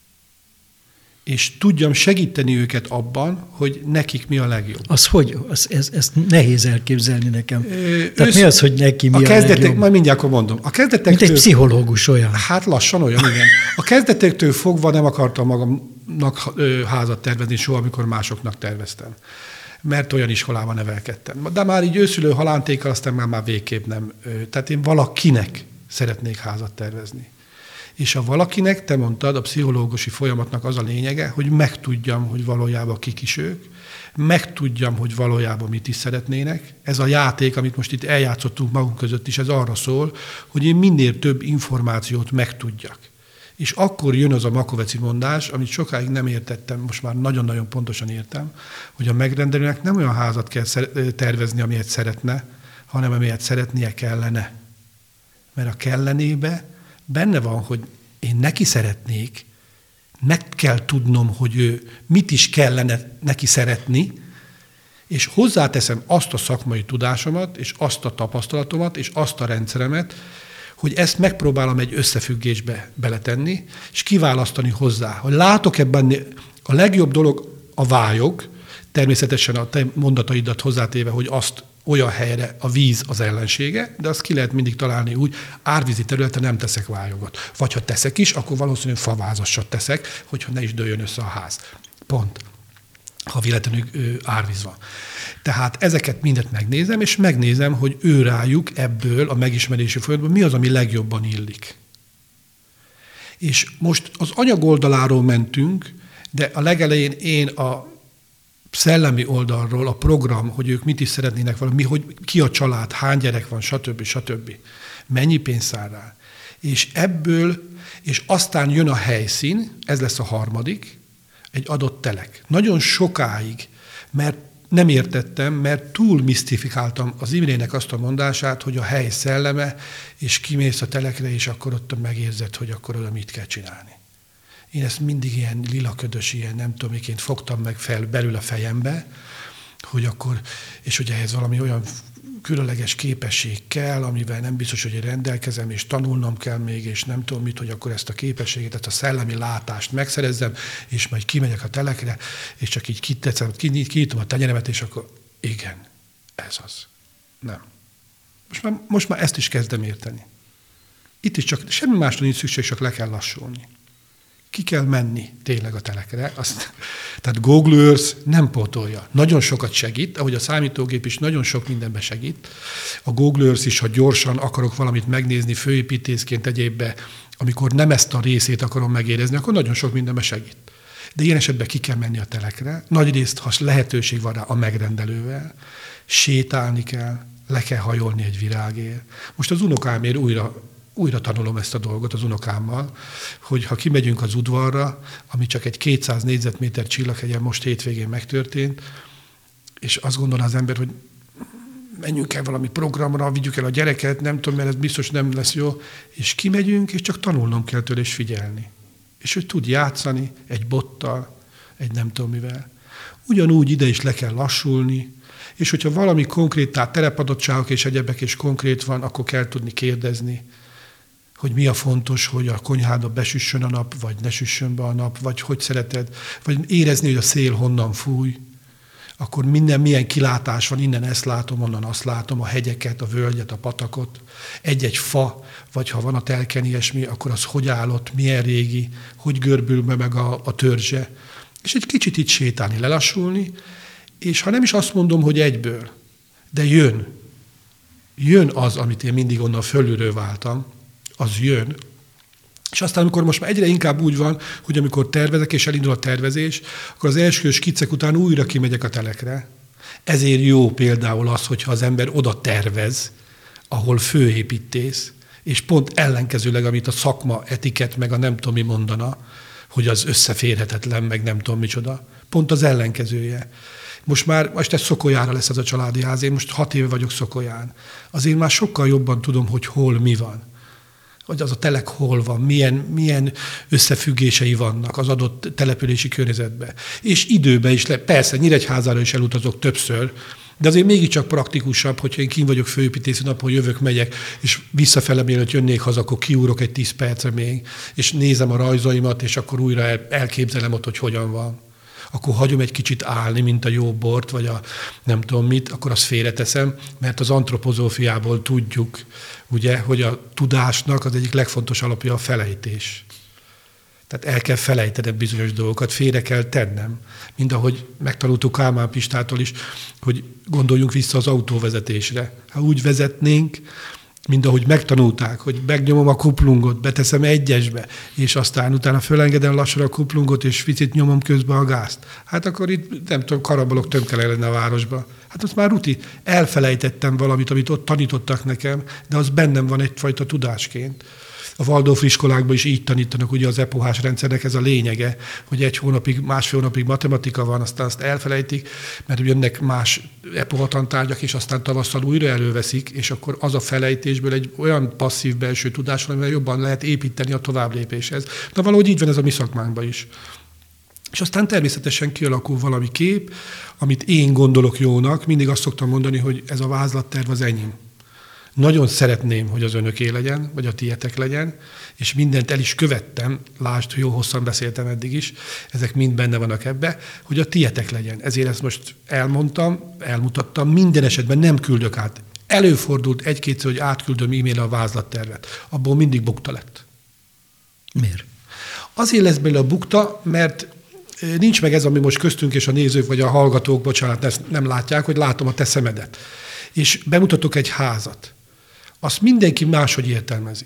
Speaker 3: és tudjam segíteni őket abban, hogy nekik mi a legjobb.
Speaker 2: Az hogy? Ezt nehéz elképzelni nekem. Tehát mi az, hogy neki mi a legjobb?
Speaker 3: Majd mindjárt mondom.
Speaker 2: Mint egy pszichológus olyan.
Speaker 3: Hát lassan olyan, igen. A kezdetektől fogva nem akartam magamnak házat tervezni soha, amikor másoknak terveztem. mert olyan iskolában nevelkedtem. De már így őszülő halántékkal aztán már végképp nem. Tehát én valakinek szeretnék házat tervezni. És a valakinek, te mondtad, a pszichológusi folyamatnak az a lényege, hogy megtudjam, hogy valójában kik is ők, megtudjam, hogy valójában mit is szeretnének. Ez a játék, amit most itt eljátszottunk magunk között is, ez arra szól, hogy én minél több információt megtudjak. És akkor jön az a Makoveci mondás, amit sokáig nem értettem, most már nagyon-nagyon pontosan értem, hogy a megrendelőnek nem olyan házat kell tervezni, amilyet szeretne, hanem amilyet szeretnie kellene. Mert a kellenébe benne van, hogy én neki szeretnék, meg kell tudnom, hogy ő mit is kellene neki szeretni, és hozzáteszem azt a szakmai tudásomat, és azt a tapasztalatomat, és azt a rendszeremet, hogy ezt megpróbálom egy összefüggésbe beletenni, és kiválasztani hozzá. Hogy látok ebben a legjobb dolog a vályog, természetesen a te mondataidat hozzátéve, hogy azt olyan helyre a víz az ellensége, de azt ki lehet mindig találni úgy, árvízi területen nem teszek vályogot. Vagy ha teszek is, akkor valószínűleg favázassat teszek, hogyha ne is dőljön össze a ház. Pont. Ha véletlenül árvíz van. Tehát ezeket mindet megnézem, és megnézem, hogy ő rájuk ebből a megismerési folyamatban mi az, ami legjobban illik. És most az anyagoldaláról mentünk, de a legelején én a szellemi oldalról, a program, hogy ők mit is szeretnének valami, hogy ki a család, hány gyerek van, stb. Mennyi pénz áll rá. És ebből, és aztán jön a helyszín, ez lesz a harmadik, egy adott telek. Nagyon sokáig, mert nem értettem, mert túl misztifikáltam az Imrének azt a mondását, hogy a hely szelleme, és kimész a telekre, és akkor ott megérzed, hogy akkor oda mit kell csinálni. Én ezt mindig ilyen lilaködös, ilyen nem tudom, miként fogtam meg fel belül a fejembe, hogy akkor, és hogy ehhez valami olyan különleges képesség kell, amivel nem biztos, hogy én rendelkezem, és tanulnom kell még, és nem tudom mit, hogy akkor ezt a képességet, ezt a szellemi látást megszerezzem, és majd kimegyek a telekre, és csak így kinyitom a tenyeremet, és akkor igen, ez az. Nem. Most már ezt is kezdem érteni. Itt is csak semmi másra nincs szükség, csak le kell lassulni. Ki kell menni tényleg a telekre. Tehát Google Earth nem pótolja. Nagyon sokat segít, ahogy a számítógép is nagyon sok mindenben segít. A Google Earth is, ha gyorsan akarok valamit megnézni főépítészként egyébbe, amikor nem ezt a részét akarom megérezni, akkor nagyon sok mindenben segít. De ilyen esetben ki kell menni a telekre. Nagyrészt, ha lehetőség van rá, a megrendelővel, sétálni kell, le kell hajolni egy virágért. Most az unokámért újra tanulom ezt a dolgot az unokámmal, hogy ha kimegyünk az udvarra, ami csak egy 200 négyzetméter Csillaghegyen most hétvégén megtörtént, és azt gondolná az ember, hogy menjünk el valami programra, vigyük el a gyereket, nem tudom, mert ez biztos nem lesz jó, és kimegyünk, és csak tanulnom kell tőle és figyelni. És hogy tud játszani egy bottal, egy nem tudom mivel. Ugyanúgy ide is le kell lassulni, és hogyha valami konkrét, tehát terepadottságok és egyebek és konkrét van, akkor kell tudni kérdezni, hogy mi a fontos, hogy a konyhába besüssön a nap, vagy ne süssön be a nap, vagy hogy szereted, vagy érezni, hogy a szél honnan fúj, akkor milyen kilátás van, innen ezt látom, onnan azt látom, a hegyeket, a völgyet, a patakot, egy-egy fa, vagy ha van a telken ilyesmi, akkor az hogy állott, milyen régi, hogy görbül be meg a törzse. És egy kicsit itt sétálni, lelassulni, és ha nem is azt mondom, hogy egyből, de jön az, amit én mindig onnan fölülről váltam, az jön. És aztán, amikor most már egyre inkább úgy van, hogy amikor tervezek, és elindul a tervezés, akkor az első skiccek után újra kimegyek a telekre. Ezért jó például az, hogyha az ember oda tervez, ahol főépítész, és pont ellenkezőleg, amit a szakma, etikett, meg a nem tudom mi mondana, hogy az összeférhetetlen, meg nem tudom micsoda. Pont az ellenkezője. Most ez Szokolyára lesz ez a családi ház, én most 6 éve vagyok Szokolyán. Azért már sokkal jobban tudom, hogy hol mi van. Hogy az a telek hol van, milyen összefüggései vannak az adott települési környezetben. És időben is, persze Nyíregyházára is elutazok többször, de azért mégiscsak praktikusabb, hogyha én kint vagyok főépítészi napon, jövök, megyek, és visszafele, mielőtt jönnék haza, akkor kiúrok egy 10 percre még, és nézem a rajzaimat, és akkor újra elképzelem ott, hogy hogyan van. Akkor hagyom egy kicsit állni, mint a jó bort, vagy a nem tudom mit, akkor azt félreteszem, mert az antropozófiából tudjuk, ugye, hogy a tudásnak az egyik legfontosabb alapja a felejtés. Tehát el kell felejtenem bizonyos dolgokat, félre kell tennem. Mind ahogy megtanultuk Kálmán Pistától is, hogy gondoljunk vissza az autóvezetésre. Ha úgy vezetnénk, mind ahogy megtanulták, hogy megnyomom a kuplungot, beteszem egyesbe, és aztán utána fölengedem lassan a kuplungot, és picit nyomom közben a gázt. Hát akkor itt, nem tudom, karabalok tömkele lenne a városba. Hát az már rutin. Elfelejtettem valamit, amit ott tanítottak nekem, de az bennem van egyfajta tudásként. A Waldorf iskolákban is így tanítanak, ugye az epohás rendszernek ez a lényege, hogy egy hónapig, másfél hónapig matematika van, aztán azt elfelejtik, mert jönnek más epohatantárgyak, és aztán tavasszal újra előveszik, és akkor az a felejtésből egy olyan passzív belső tudás van, amivel jobban lehet építeni a továbblépéshez. De valahogy így van ez a mi szakmánkban is. És aztán természetesen kialakul valami kép, amit én gondolok jónak, mindig azt szoktam mondani, hogy ez a vázlatterv az enyém. Nagyon szeretném, hogy az önöké legyen, vagy a tietek legyen, és mindent el is követtem, lásd, jó hosszan beszéltem eddig is, ezek mind benne vannak ebbe, hogy a tietek legyen. Ezért ezt most elmondtam, elmutattam, minden esetben nem küldök át. Előfordult egy-kétszer, hogy átküldöm e-mailre a vázlattervet. Abból mindig bukta lett.
Speaker 2: Miért?
Speaker 3: Azért lesz belőle a bukta, mert nincs meg ez, ami most köztünk és a nézők vagy a hallgatók, bocsánat, ezt nem látják, hogy látom a te szemedet. És bemutatok egy házat. Azt mindenki máshogy értelmezi.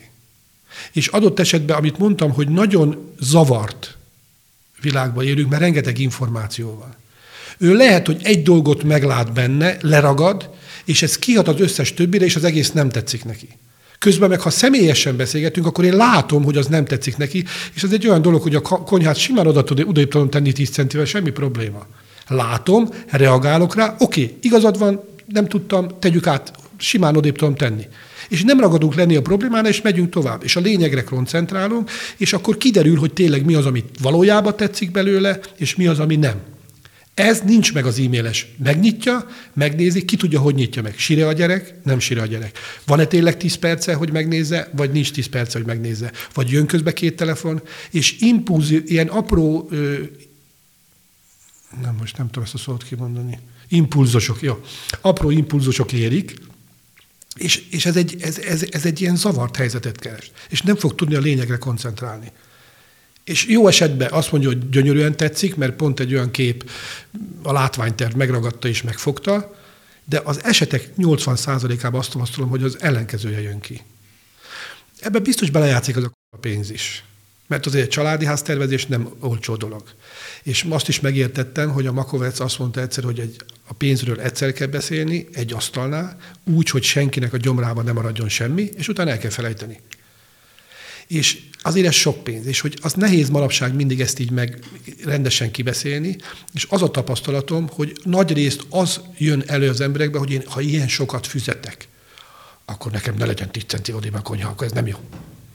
Speaker 3: És adott esetben, amit mondtam, hogy nagyon zavart világban élünk, mert rengeteg információ van. Ő lehet, hogy egy dolgot meglát benne, leragad, és ez kihat az összes többire, és az egész nem tetszik neki. Közben meg, ha személyesen beszélgetünk, akkor én látom, hogy az nem tetszik neki, és ez egy olyan dolog, hogy a konyhát simán oda tudom tenni 10 centivel, semmi probléma. Látom, reagálok rá, oké, igazad van, nem tudtam, tegyük át, simán odébb tudom tenni. És nem ragadunk lenni a problémánál, és megyünk tovább. És a lényegre koncentrálunk, és akkor kiderül, hogy tényleg mi az, amit valójában tetszik belőle, és mi az, ami nem. Ez nincs meg az e-mailes. Megnyitja, megnézi, ki tudja, hogy nyitja meg. Sire a gyerek, nem sire a gyerek. Van-e tényleg 10 perce, hogy megnézze, vagy nincs 10 perce, hogy megnézze. Vagy jön közbe 2 telefon, és ilyen apró, most nem tudom ezt a szót kimondani, impulzusok, jó. Apró impulzusok érik, és ez egy ilyen zavart helyzetet keres. És nem fog tudni a lényegre koncentrálni. És jó esetben azt mondja, hogy gyönyörűen tetszik, mert pont egy olyan kép a látványterv megragadta és megfogta, de az esetek 80%-ában azt tapasztalom, hogy az ellenkezője jön ki. Ebben biztos belejátszik az a pénz is. Mert azért egy családi háztervezés nem olcsó dolog. És azt is megértettem, hogy a Makovec azt mondta egyszer, hogy a pénzről egyszer kell beszélni, egy asztalnál, úgy, hogy senkinek a gyomrában nem maradjon semmi, és utána el kell felejteni. És azért ez sok pénz, és hogy az nehéz manapság mindig ezt így meg rendesen kibeszélni, és az a tapasztalatom, hogy nagyrészt az jön elő az emberekbe, hogy én, ha ilyen sokat fizetek, akkor nekem ne legyen 10 centi odébb a konyha, akkor ez nem jó.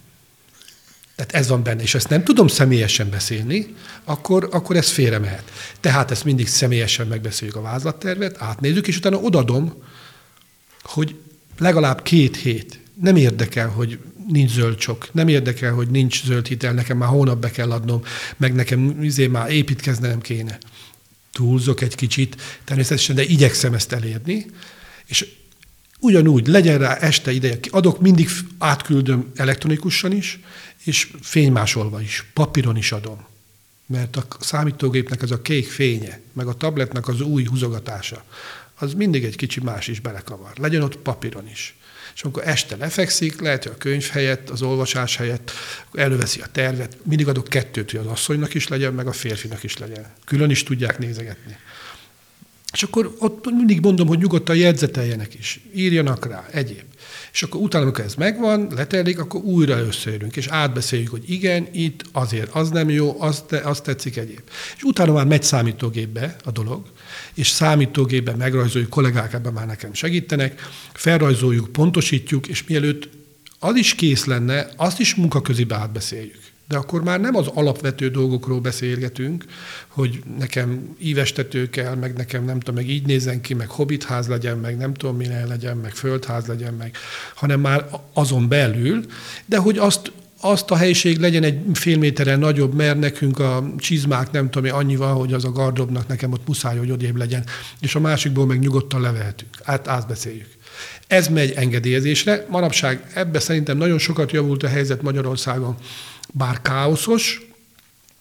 Speaker 3: Tehát ez van benne, és ezt nem tudom személyesen beszélni, akkor ez félre mehet. Tehát ezt mindig személyesen megbeszéljük a vázlattervet, átnézzük, és utána odadom, hogy legalább 2 hét. Nem érdekel, hogy nincs zöld csok, nem érdekel, hogy nincs zöld hitel, nekem már hónap be kell adnom, meg nekem már építkeznem kéne. Túlzok egy kicsit, természetesen, de igyekszem ezt elérni, és ugyanúgy legyen rá este ideje. Adok, mindig átküldöm elektronikusan is, és fénymásolva is, papíron is adom. Mert a számítógépnek ez a kék fénye, meg a tabletnek az új húzogatása, az mindig egy kicsi más is belekavar. Legyen ott papíron is. És amikor este lefekszik, lehet, hogy a könyv helyett, az olvasás helyett előveszi a tervet. Mindig adok 2, hogy az asszonynak is legyen, meg a férfinak is legyen. Külön is tudják nézegetni. És akkor ott mindig mondom, hogy nyugodtan jegyzeteljenek is, írjanak rá, egyéb. És akkor utána, amikor ez megvan, letelik, akkor újra összejövünk, és átbeszéljük, hogy igen, itt azért az nem jó, az tetszik, egyéb. És utána már megy számítógépbe a dolog, és számítógépben megrajzoljuk, kollégák ebben már nekem segítenek, felrajzoljuk, pontosítjuk, és mielőtt az is kész lenne, azt is munkaközibe átbeszéljük. De akkor már nem az alapvető dolgokról beszélgetünk, hogy nekem ívestető kell, meg nekem nem tudom, meg így nézzen ki, meg hobbitház legyen, meg nem tudom, milyen legyen, meg földház legyen, meg, hanem már azon belül, de hogy azt a helyiség legyen egy fél méteren nagyobb, mert nekünk a csizmák nem tudom, annyi van, hogy az a gardróbnak nekem ott muszáj, hogy odébb legyen, és a másikból meg nyugodtan levehetünk. Átbeszéljük. Ez megy engedélyezésre. Manapság ebbe szerintem nagyon sokat javult a helyzet Magyarországon, bár káoszos,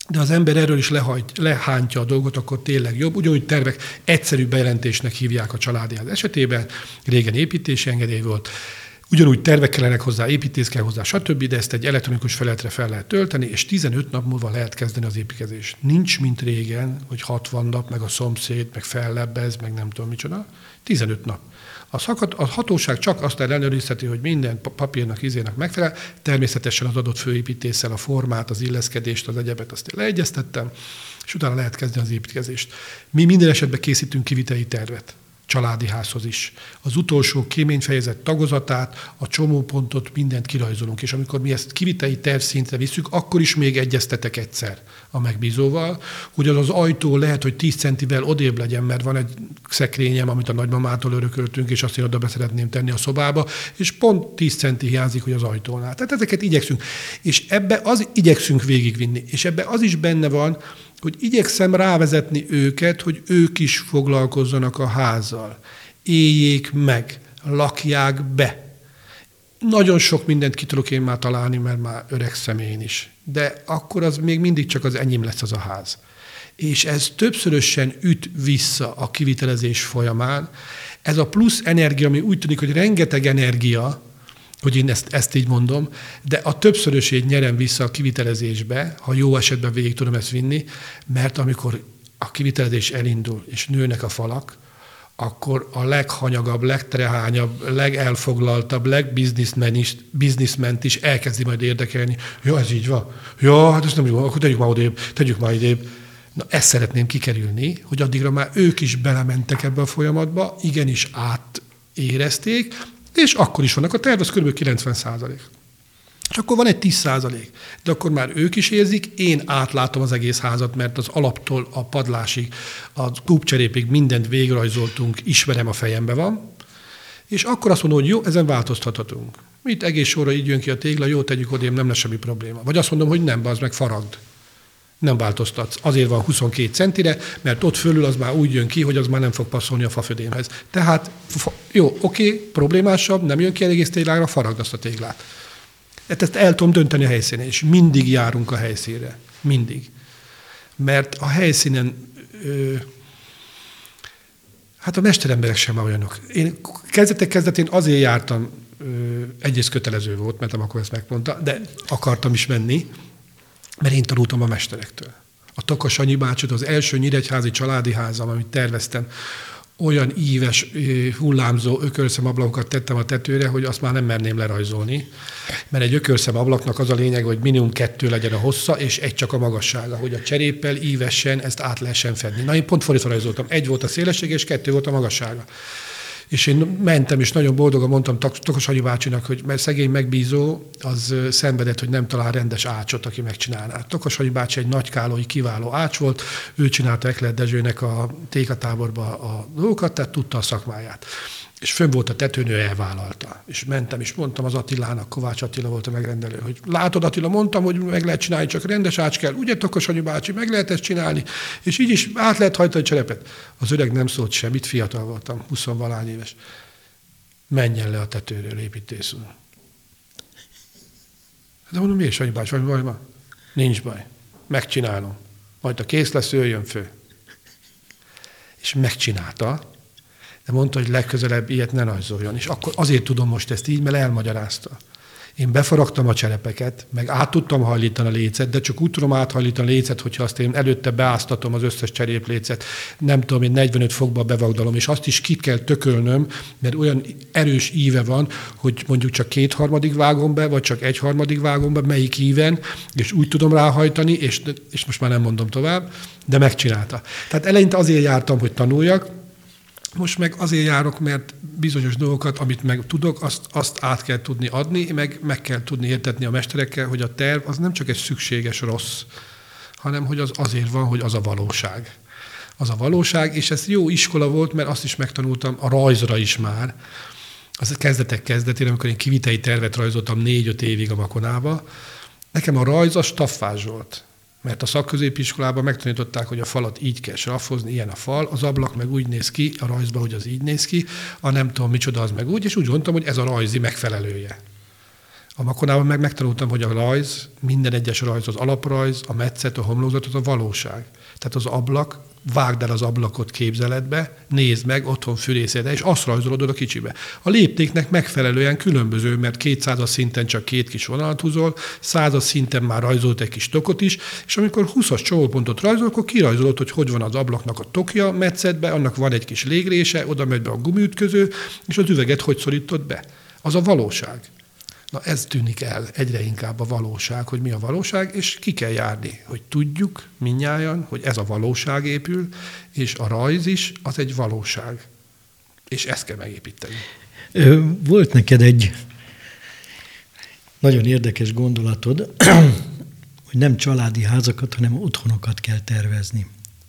Speaker 3: de az ember erről is lehántja a dolgot, akkor tényleg jobb. Ugyanúgy tervek egyszerű bejelentésnek hívják a családi ház esetében, régen építési engedély volt, ugyanúgy tervek kellenek hozzá, építész kell hozzá, stb., de ezt egy elektronikus felületre fel lehet tölteni, és 15 nap múlva lehet kezdeni az építkezést. Nincs, mint régen, hogy 60 nap, meg a szomszéd, meg fellebbez, meg nem tudom micsoda. 15 nap. A hatóság csak azt ellenőrizheti, hogy minden papírnak, izének megfelel. Természetesen az adott főépítéssel a formát, az illeszkedést, az egyebet azt leegyeztettem, és utána lehet kezdeni az építkezést. Mi minden esetben készítünk kiviteli tervet. Családi házhoz is. Az utolsó kéményfejezet tagozatát, a csomópontot, mindent kirajzolunk. És amikor mi ezt kiviteli tervszintre visszük, akkor is még egyeztetek egyszer a megbízóval, hogy az ajtó lehet, hogy 10 centivel odébb legyen, mert van egy szekrényem, amit a nagymamától örököltünk, és azt én oda be szeretném tenni a szobába, és pont 10 centi hiányzik, hogy az ajtónál. Tehát ezeket igyekszünk. És ebbe az igyekszünk végigvinni. És ebbe az is benne van, hogy igyekszem rávezetni őket, hogy ők is foglalkozzanak a házzal. Éljék meg, lakják be. Nagyon sok mindent ki tudok én már találni, mert már öregszem én is. De akkor az még mindig csak az enyém lesz az a ház. És ez többszörösen üt vissza a kivitelezés folyamán. Ez a plusz energia, ami úgy tűnik, hogy rengeteg energia, hogy én ezt így mondom, de a többszörösét nyerem vissza a kivitelezésbe, ha jó esetben végig tudom ezt vinni, mert amikor a kivitelezés elindul, és nőnek a falak, akkor a leghanyagabb, legtrehányabb, legelfoglaltabb, legbizniszment is elkezdi majd érdekelni. Ja, ez így van. Ja, hát ez nem jó, akkor tegyük már idébb. Na, ezt szeretném kikerülni, hogy addigra már ők is belementek ebbe a folyamatba, igenis átérezték, és akkor is vannak. A terv az kb. 90%. És akkor van egy 10%. De akkor már ők is érzik, én átlátom az egész házat, mert az alaptól a padlásig, a kúpcserépig mindent végrajzoltunk, ismerem, a fejembe van, és akkor azt mondom, hogy jó, ezen változtathatunk. Itt egész sorra így jön ki a tégla, jó, tegyük odébb, nem lesz semmi probléma. Vagy azt mondom, hogy nem, az meg faragd. Nem változtatsz. Azért van 22 centire, mert ott fölül az már úgy jön ki, hogy az már nem fog passzolni a fafödémhez. Tehát jó, oké, problémásabb, nem jön ki egy egész téglára, faragd azt a téglát. Ezt el tudom dönteni a helyszínen, és mindig járunk a helyszínre. Mindig. Mert a helyszínen, hát a mesteremberek sem olyanok. Én kezdetén azért jártam, egyrészt kötelező volt, mert nem akkor ezt megmondta, de akartam is menni, mert én tanultam a mesterektől. A Takas Anyi bácsot, az első nyíregyházi családi házam, amit terveztem, olyan íves, hullámzó ökörszemablakokat tettem a tetőre, hogy azt már nem merném lerajzolni. Mert egy ökörszemablaknak az a lényeg, hogy minimum 2 legyen a hossza, és 1 csak a magassága, hogy a cseréppel ívesen ezt át lehessen fedni. Na, én pont fordítva rajzoltam. 1 volt a szélessége, és 2 volt a magassága. És én mentem, és nagyon boldogan mondtam Takas Anyi bácsinak, hogy mert szegény megbízó, az szenvedett, hogy nem talál rendes ácsot, aki megcsinálná. Takas Anyi bácsi egy nagykálói kiváló ács volt, ő csinálta Ekler Dezsőnek a tékatáborba a dolgokat, tehát tudta a szakmáját. És fönn volt a tetőn, ő elvállalta. És mentem, és mondtam az Attilának, Kovács Attila volt a megrendelő, hogy látod, Attila, mondtam, hogy meg lehet csinálni, csak rendes ács kell. Ugye, Takas Anyi bácsi, meg lehet ezt csinálni, és így is át lehet hajtani a cserepet. Az öreg nem szólt semmit, fiatal voltam, 20-valány éves. Menjen le a tetőről, építész úr. De mondom, miért, Sanyi bácsi, vagy baj van? Nincs baj. Megcsinálom. Majd a kész lesz, jöjjön fő. És megcsinálta, de mondta, hogy legközelebb ilyet ne rajzoljon. És akkor azért tudom most ezt így, mert elmagyarázta. Én befaragtam a cserepeket, meg át tudtam hajlítani a lécet, de csak úgy tudom áthajlítani a lécet, hogyha azt én előtte beáztatom az összes cseréplécet, nem tudom, én 45 fokba bevagdalom, és azt is ki kell tökölnöm, mert olyan erős íve van, hogy mondjuk csak 2/3 vágom be, vagy csak 1/3 vágom be, melyik íven, és úgy tudom ráhajtani, és most már nem mondom tovább, de megcsinálta. Tehát eleinte azért jártam, hogy tanuljak, most meg azért járok, mert bizonyos dolgokat, amit meg tudok, azt át kell tudni adni, meg kell tudni értetni a mesterekkel, hogy a terv az nem csak egy szükséges rossz, hanem hogy az azért van, hogy az a valóság. Az a valóság, és ez jó iskola volt, mert azt is megtanultam a rajzra is már. Az kezdetek kezdetén, amikor én kiviteli tervet rajzoltam 4-5 évig a Makonába, nekem a rajz a staffázs volt. Mert a szakközépiskolában megtanították, hogy a falat így kell sraffozni, ilyen a fal, az ablak meg úgy néz ki, a rajzban, hogy az így néz ki, a nem tudom micsoda, az meg úgy, és úgy gondoltam, hogy ez a rajzi megfelelője. A Makonában meg megtanultam, hogy a rajz, minden egyes rajz, az alaprajz, a metszet, a homlokzat, az a valóság. Tehát az ablak, vágd el az ablakot képzeletbe, nézd meg, otthon fűrészed, és azt rajzolod oda kicsibe. A léptéknek megfelelően különböző, mert 200-as szinten csak 2 kis vonalat húzol, 100-as szinten már rajzolt egy kis tokot is, és amikor 20-as csomópontot rajzol, akkor kirajzolod, hogy van az ablaknak a tokja metszetbe, annak van egy kis légrése, oda megy be a gumiütköző, és az üveget hogy szorítod be. Az a valóság. Na ez tűnik el egyre inkább a valóság, hogy mi a valóság, és ki kell járni, hogy tudjuk mindnyájan, hogy ez a valóság épül, és a rajz is, az egy valóság. És ezt kell megépíteni.
Speaker 2: Volt neked egy nagyon érdekes gondolatod, hogy nem családi házakat, hanem otthonokat kell tervezni.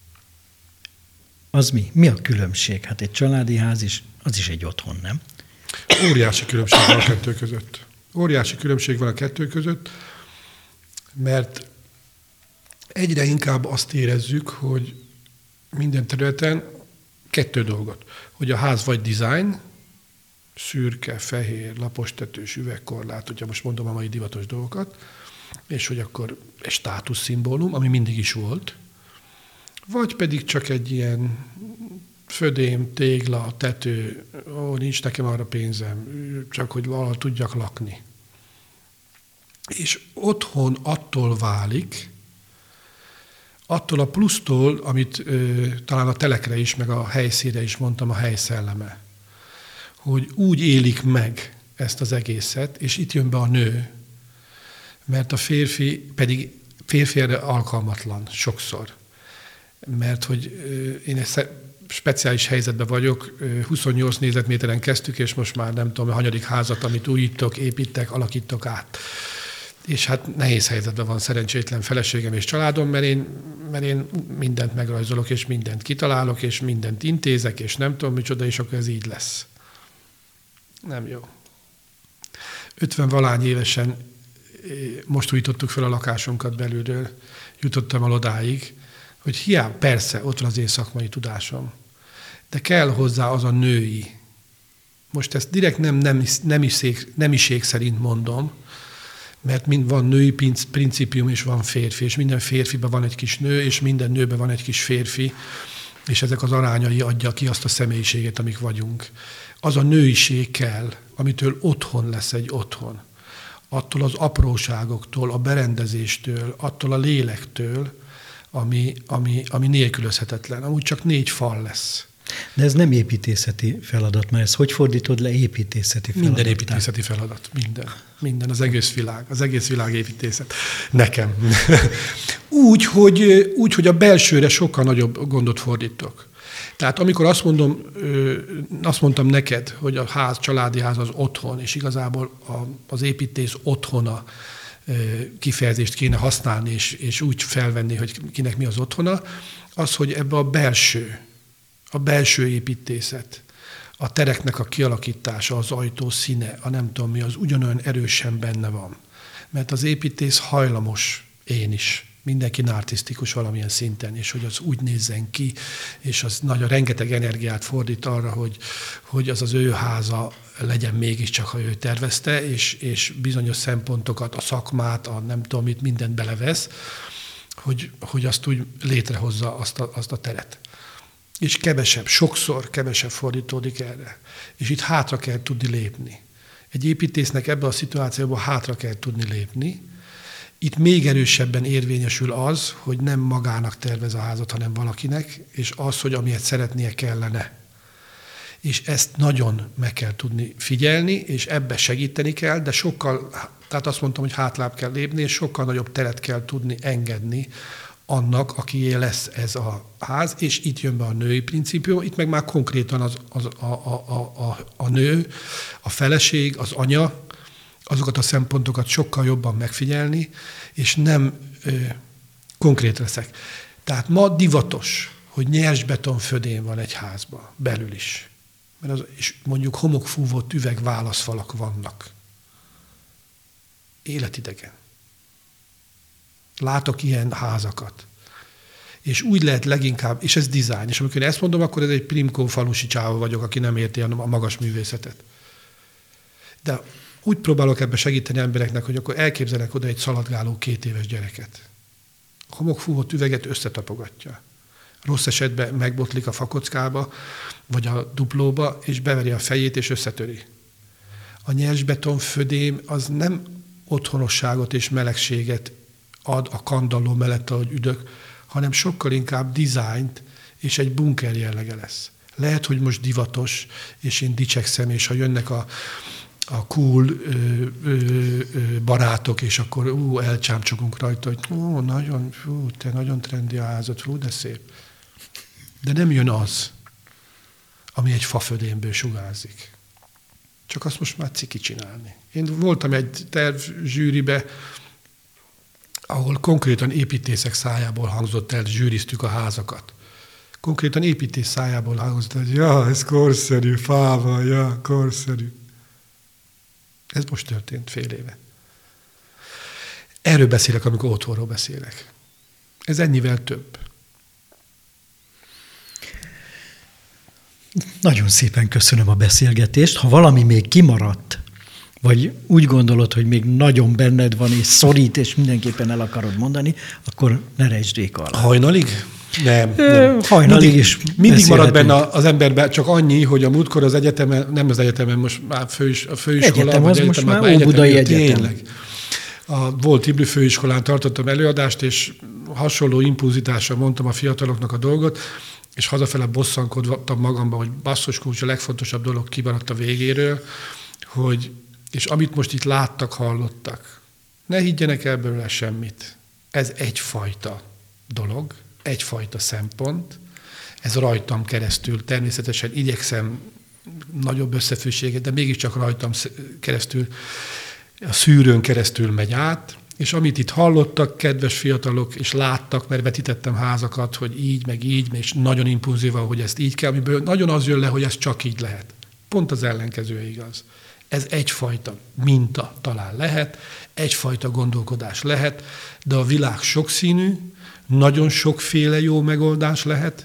Speaker 2: Az mi? Mi a különbség? Hát egy családi ház is, az is egy otthon, nem?
Speaker 3: Óriási különbség van a kettő között. Óriási különbség van a kettő között, mert egyre inkább azt érezzük, hogy minden területen 2 dolgot. Hogy a ház vagy design, szürke, fehér, lapostetős, üvegkorlát, hogyha most mondom a mai divatos dolgokat, és hogy akkor egy státuszszimbólum, ami mindig is volt, vagy pedig csak egy ilyen födém, tégla, tető, nincs nekem arra pénzem, csak hogy valahol tudjak lakni. És otthon attól válik, attól a plusztól, amit talán a telekre is, meg a helyszínre is mondtam, a helyszelleme, hogy úgy élik meg ezt az egészet, és itt jön be a nő, mert a férfi pedig erre alkalmatlan sokszor. Mert hogy én egy speciális helyzetben vagyok, 28 négyzetméteren kezdtük, és most már nem tudom, a hanyadik házat, amit újítok, építek, alakítok át. És hát nehéz helyzetben van szerencsétlen feleségem és családom, mert én mindent megrajzolok, és mindent kitalálok, és mindent intézek, és nem tudom micsoda, és akkor ez így lesz. Nem jó. 50-valány évesen most újítottuk fel a lakásunkat belülről, jutottam el odáig, hogy hiába, persze, ott van az én szakmai tudásom, de kell hozzá az a női. Most ezt direkt nemiség szerint mondom, mert van női principium, és van férfi, és minden férfiben van egy kis nő, és minden nőben van egy kis férfi, és ezek az arányai adja ki azt a személyiséget, amik vagyunk. Az a nőiség kell, amitől otthon lesz egy otthon. Attól az apróságoktól, a berendezéstől, attól a lélektől, ami nélkülözhetetlen. Amúgy csak 4 fal lesz.
Speaker 2: De ez nem építészeti feladat, mert ezt hogy fordítod le építészeti feladat?
Speaker 3: Minden építészeti feladat. Minden, az egész világ építészet. Nekem. Úgy, hogy a belsőre sokkal nagyobb gondot fordítok. Tehát amikor azt mondtam neked, hogy a családi ház az otthon, és igazából az építész otthona kifejezést kéne használni, és úgy felvenni, hogy kinek mi az otthona, az, hogy ebbe a belső építészet, a tereknek a kialakítása, az ajtó színe, a nem tudom mi, az ugyanolyan erősen benne van. Mert az építész hajlamos, én is, mindenki narcisztikus valamilyen szinten, és hogy az úgy nézzen ki, és az rengeteg energiát fordít arra, hogy az ő háza legyen mégiscsak, ha ő tervezte, és bizonyos szempontokat, a szakmát, a nem tudom mit, mindent belevesz, hogy azt úgy létrehozza azt a teret. És sokszor kevesebb fordítódik erre. És itt hátra kell tudni lépni. Egy építésznek ebben a szituációban hátra kell tudni lépni. Itt még erősebben érvényesül az, hogy nem magának tervez a házat, hanem valakinek, és az, hogy amilyet szeretnie kellene. És ezt nagyon meg kell tudni figyelni, és ebbe segíteni kell, de tehát azt mondtam, hogy hátrább kell lépni, és sokkal nagyobb teret kell tudni engedni annak, akié lesz ez a ház, és itt jön be a női principium, itt meg már konkrétan a nő, a feleség, az anya, azokat a szempontokat sokkal jobban megfigyelni, és nem konkrét leszek. Tehát ma divatos, hogy nyers betonfödén van egy házban, belül is. És mondjuk homokfúvott üvegválaszfalak vannak. Életidegen. Látok ilyen házakat. És úgy lehet leginkább, és ez dizájn, és amikor én ezt mondom, akkor ez egy primkó falusi csáva vagyok, aki nem érti a magas művészetet. De Úgy próbálok ebben segíteni embereknek, hogy akkor elképzelek oda egy szaladgáló 2 éves gyereket. A homokfúvott üveget összetapogatja. Rossz esetben megbotlik a fakockába, vagy a duplóba, és beveri a fejét, és összetöri. A nyersbeton födém az nem otthonosságot és melegséget ad a kandalló mellett, ahogy üdök, hanem sokkal inkább dizájnt és egy bunker jellege lesz. Lehet, hogy most divatos, és én dicsekszem, és ha jönnek a cool barátok, és akkor elcsámcsogunk rajta, hogy nagyon, te nagyon trendi a házad, de szép. De nem jön az, ami egy fafödémből sugárzik. Csak azt most már ciki csinálni. Én voltam egy tervzsűribe, ahol konkrétan építészek szájából hangzott el, zsűriztük a házakat. Konkrétan építész szájából hangzott el, hogy ja, ez korszerű, fával, ja, korszerű. Ez most történt fél éve. Erről beszélek, amikor otthonról beszélek. Ez ennyivel több.
Speaker 2: Nagyon szépen köszönöm a beszélgetést. Ha valami még kimaradt, vagy úgy gondolod, hogy még nagyon benned van, és szorít, és mindenképpen el akarod mondani, akkor ne rejtsd alá.
Speaker 3: Hajnalig? Nem.
Speaker 2: Hajnalig is
Speaker 3: mindig marad benne az emberben, csak annyi, hogy a múltkor az egyetemen, nem az egyetemen, most már a főiskola.
Speaker 2: Egyetem, az most már Óbudai Egyetem.
Speaker 3: Tényleg. A volt Ibli főiskolán tartottam előadást, és hasonló impulzitással mondtam a fiataloknak a dolgot, és hazafele bosszankodtam magamba, hogy basszus kulcs, a legfontosabb dolog kimaradt a végéről, hogy, és amit most itt láttak, hallottak, ne higgyenek el belőle semmit. Ez egyfajta dolog, egyfajta szempont, ez rajtam keresztül, természetesen igyekszem nagyobb összefűséget, de mégiscsak rajtam keresztül, a szűrőn keresztül megy át, és amit itt hallottak, kedves fiatalok, és láttak, mert vetítettem házakat, hogy így, és nagyon impulzívan, hogy ezt így kell, amiből nagyon az jön le, hogy ez csak így lehet. Pont az ellenkezője igaz. Ez egyfajta minta talán lehet, egyfajta gondolkodás lehet, de a világ sokszínű, nagyon sokféle jó megoldás lehet,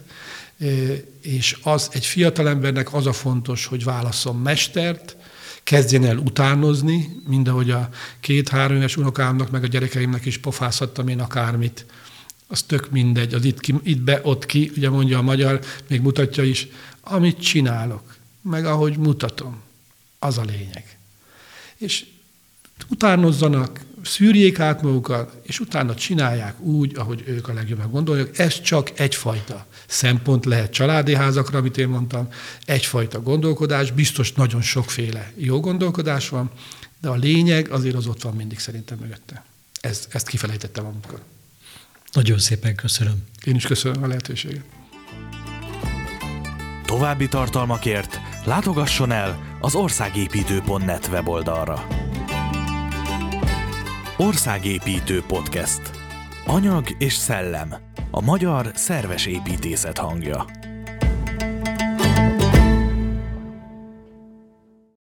Speaker 3: és az egy fiatalembernek az a fontos, hogy válasszon mestert, kezdjen el utánozni, mindahogy a 2-3 éves unokámnak, meg a gyerekeimnek is pofázhattam én akármit. Az tök mindegy, az itt be, ott ki, ugye mondja a magyar, még mutatja is, amit csinálok, meg ahogy mutatom, az a lényeg. És utánozzanak, szűrjék át magukat, és utána csinálják úgy, ahogy ők a legjobban gondolják. Ez csak egyfajta szempont lehet családi házakra, amit én mondtam, egyfajta gondolkodás, biztos nagyon sokféle jó gondolkodás van, de a lényeg azért az ott van mindig szerintem mögötte. Ezt kifelejtettem a múltkor.
Speaker 2: Nagyon szépen köszönöm.
Speaker 3: Én is köszönöm a lehetőséget.
Speaker 1: További tartalmakért látogasson el az országépítő.net weboldalra. Országépítő Podcast. Anyag és szellem. A magyar szerves építészet hangja.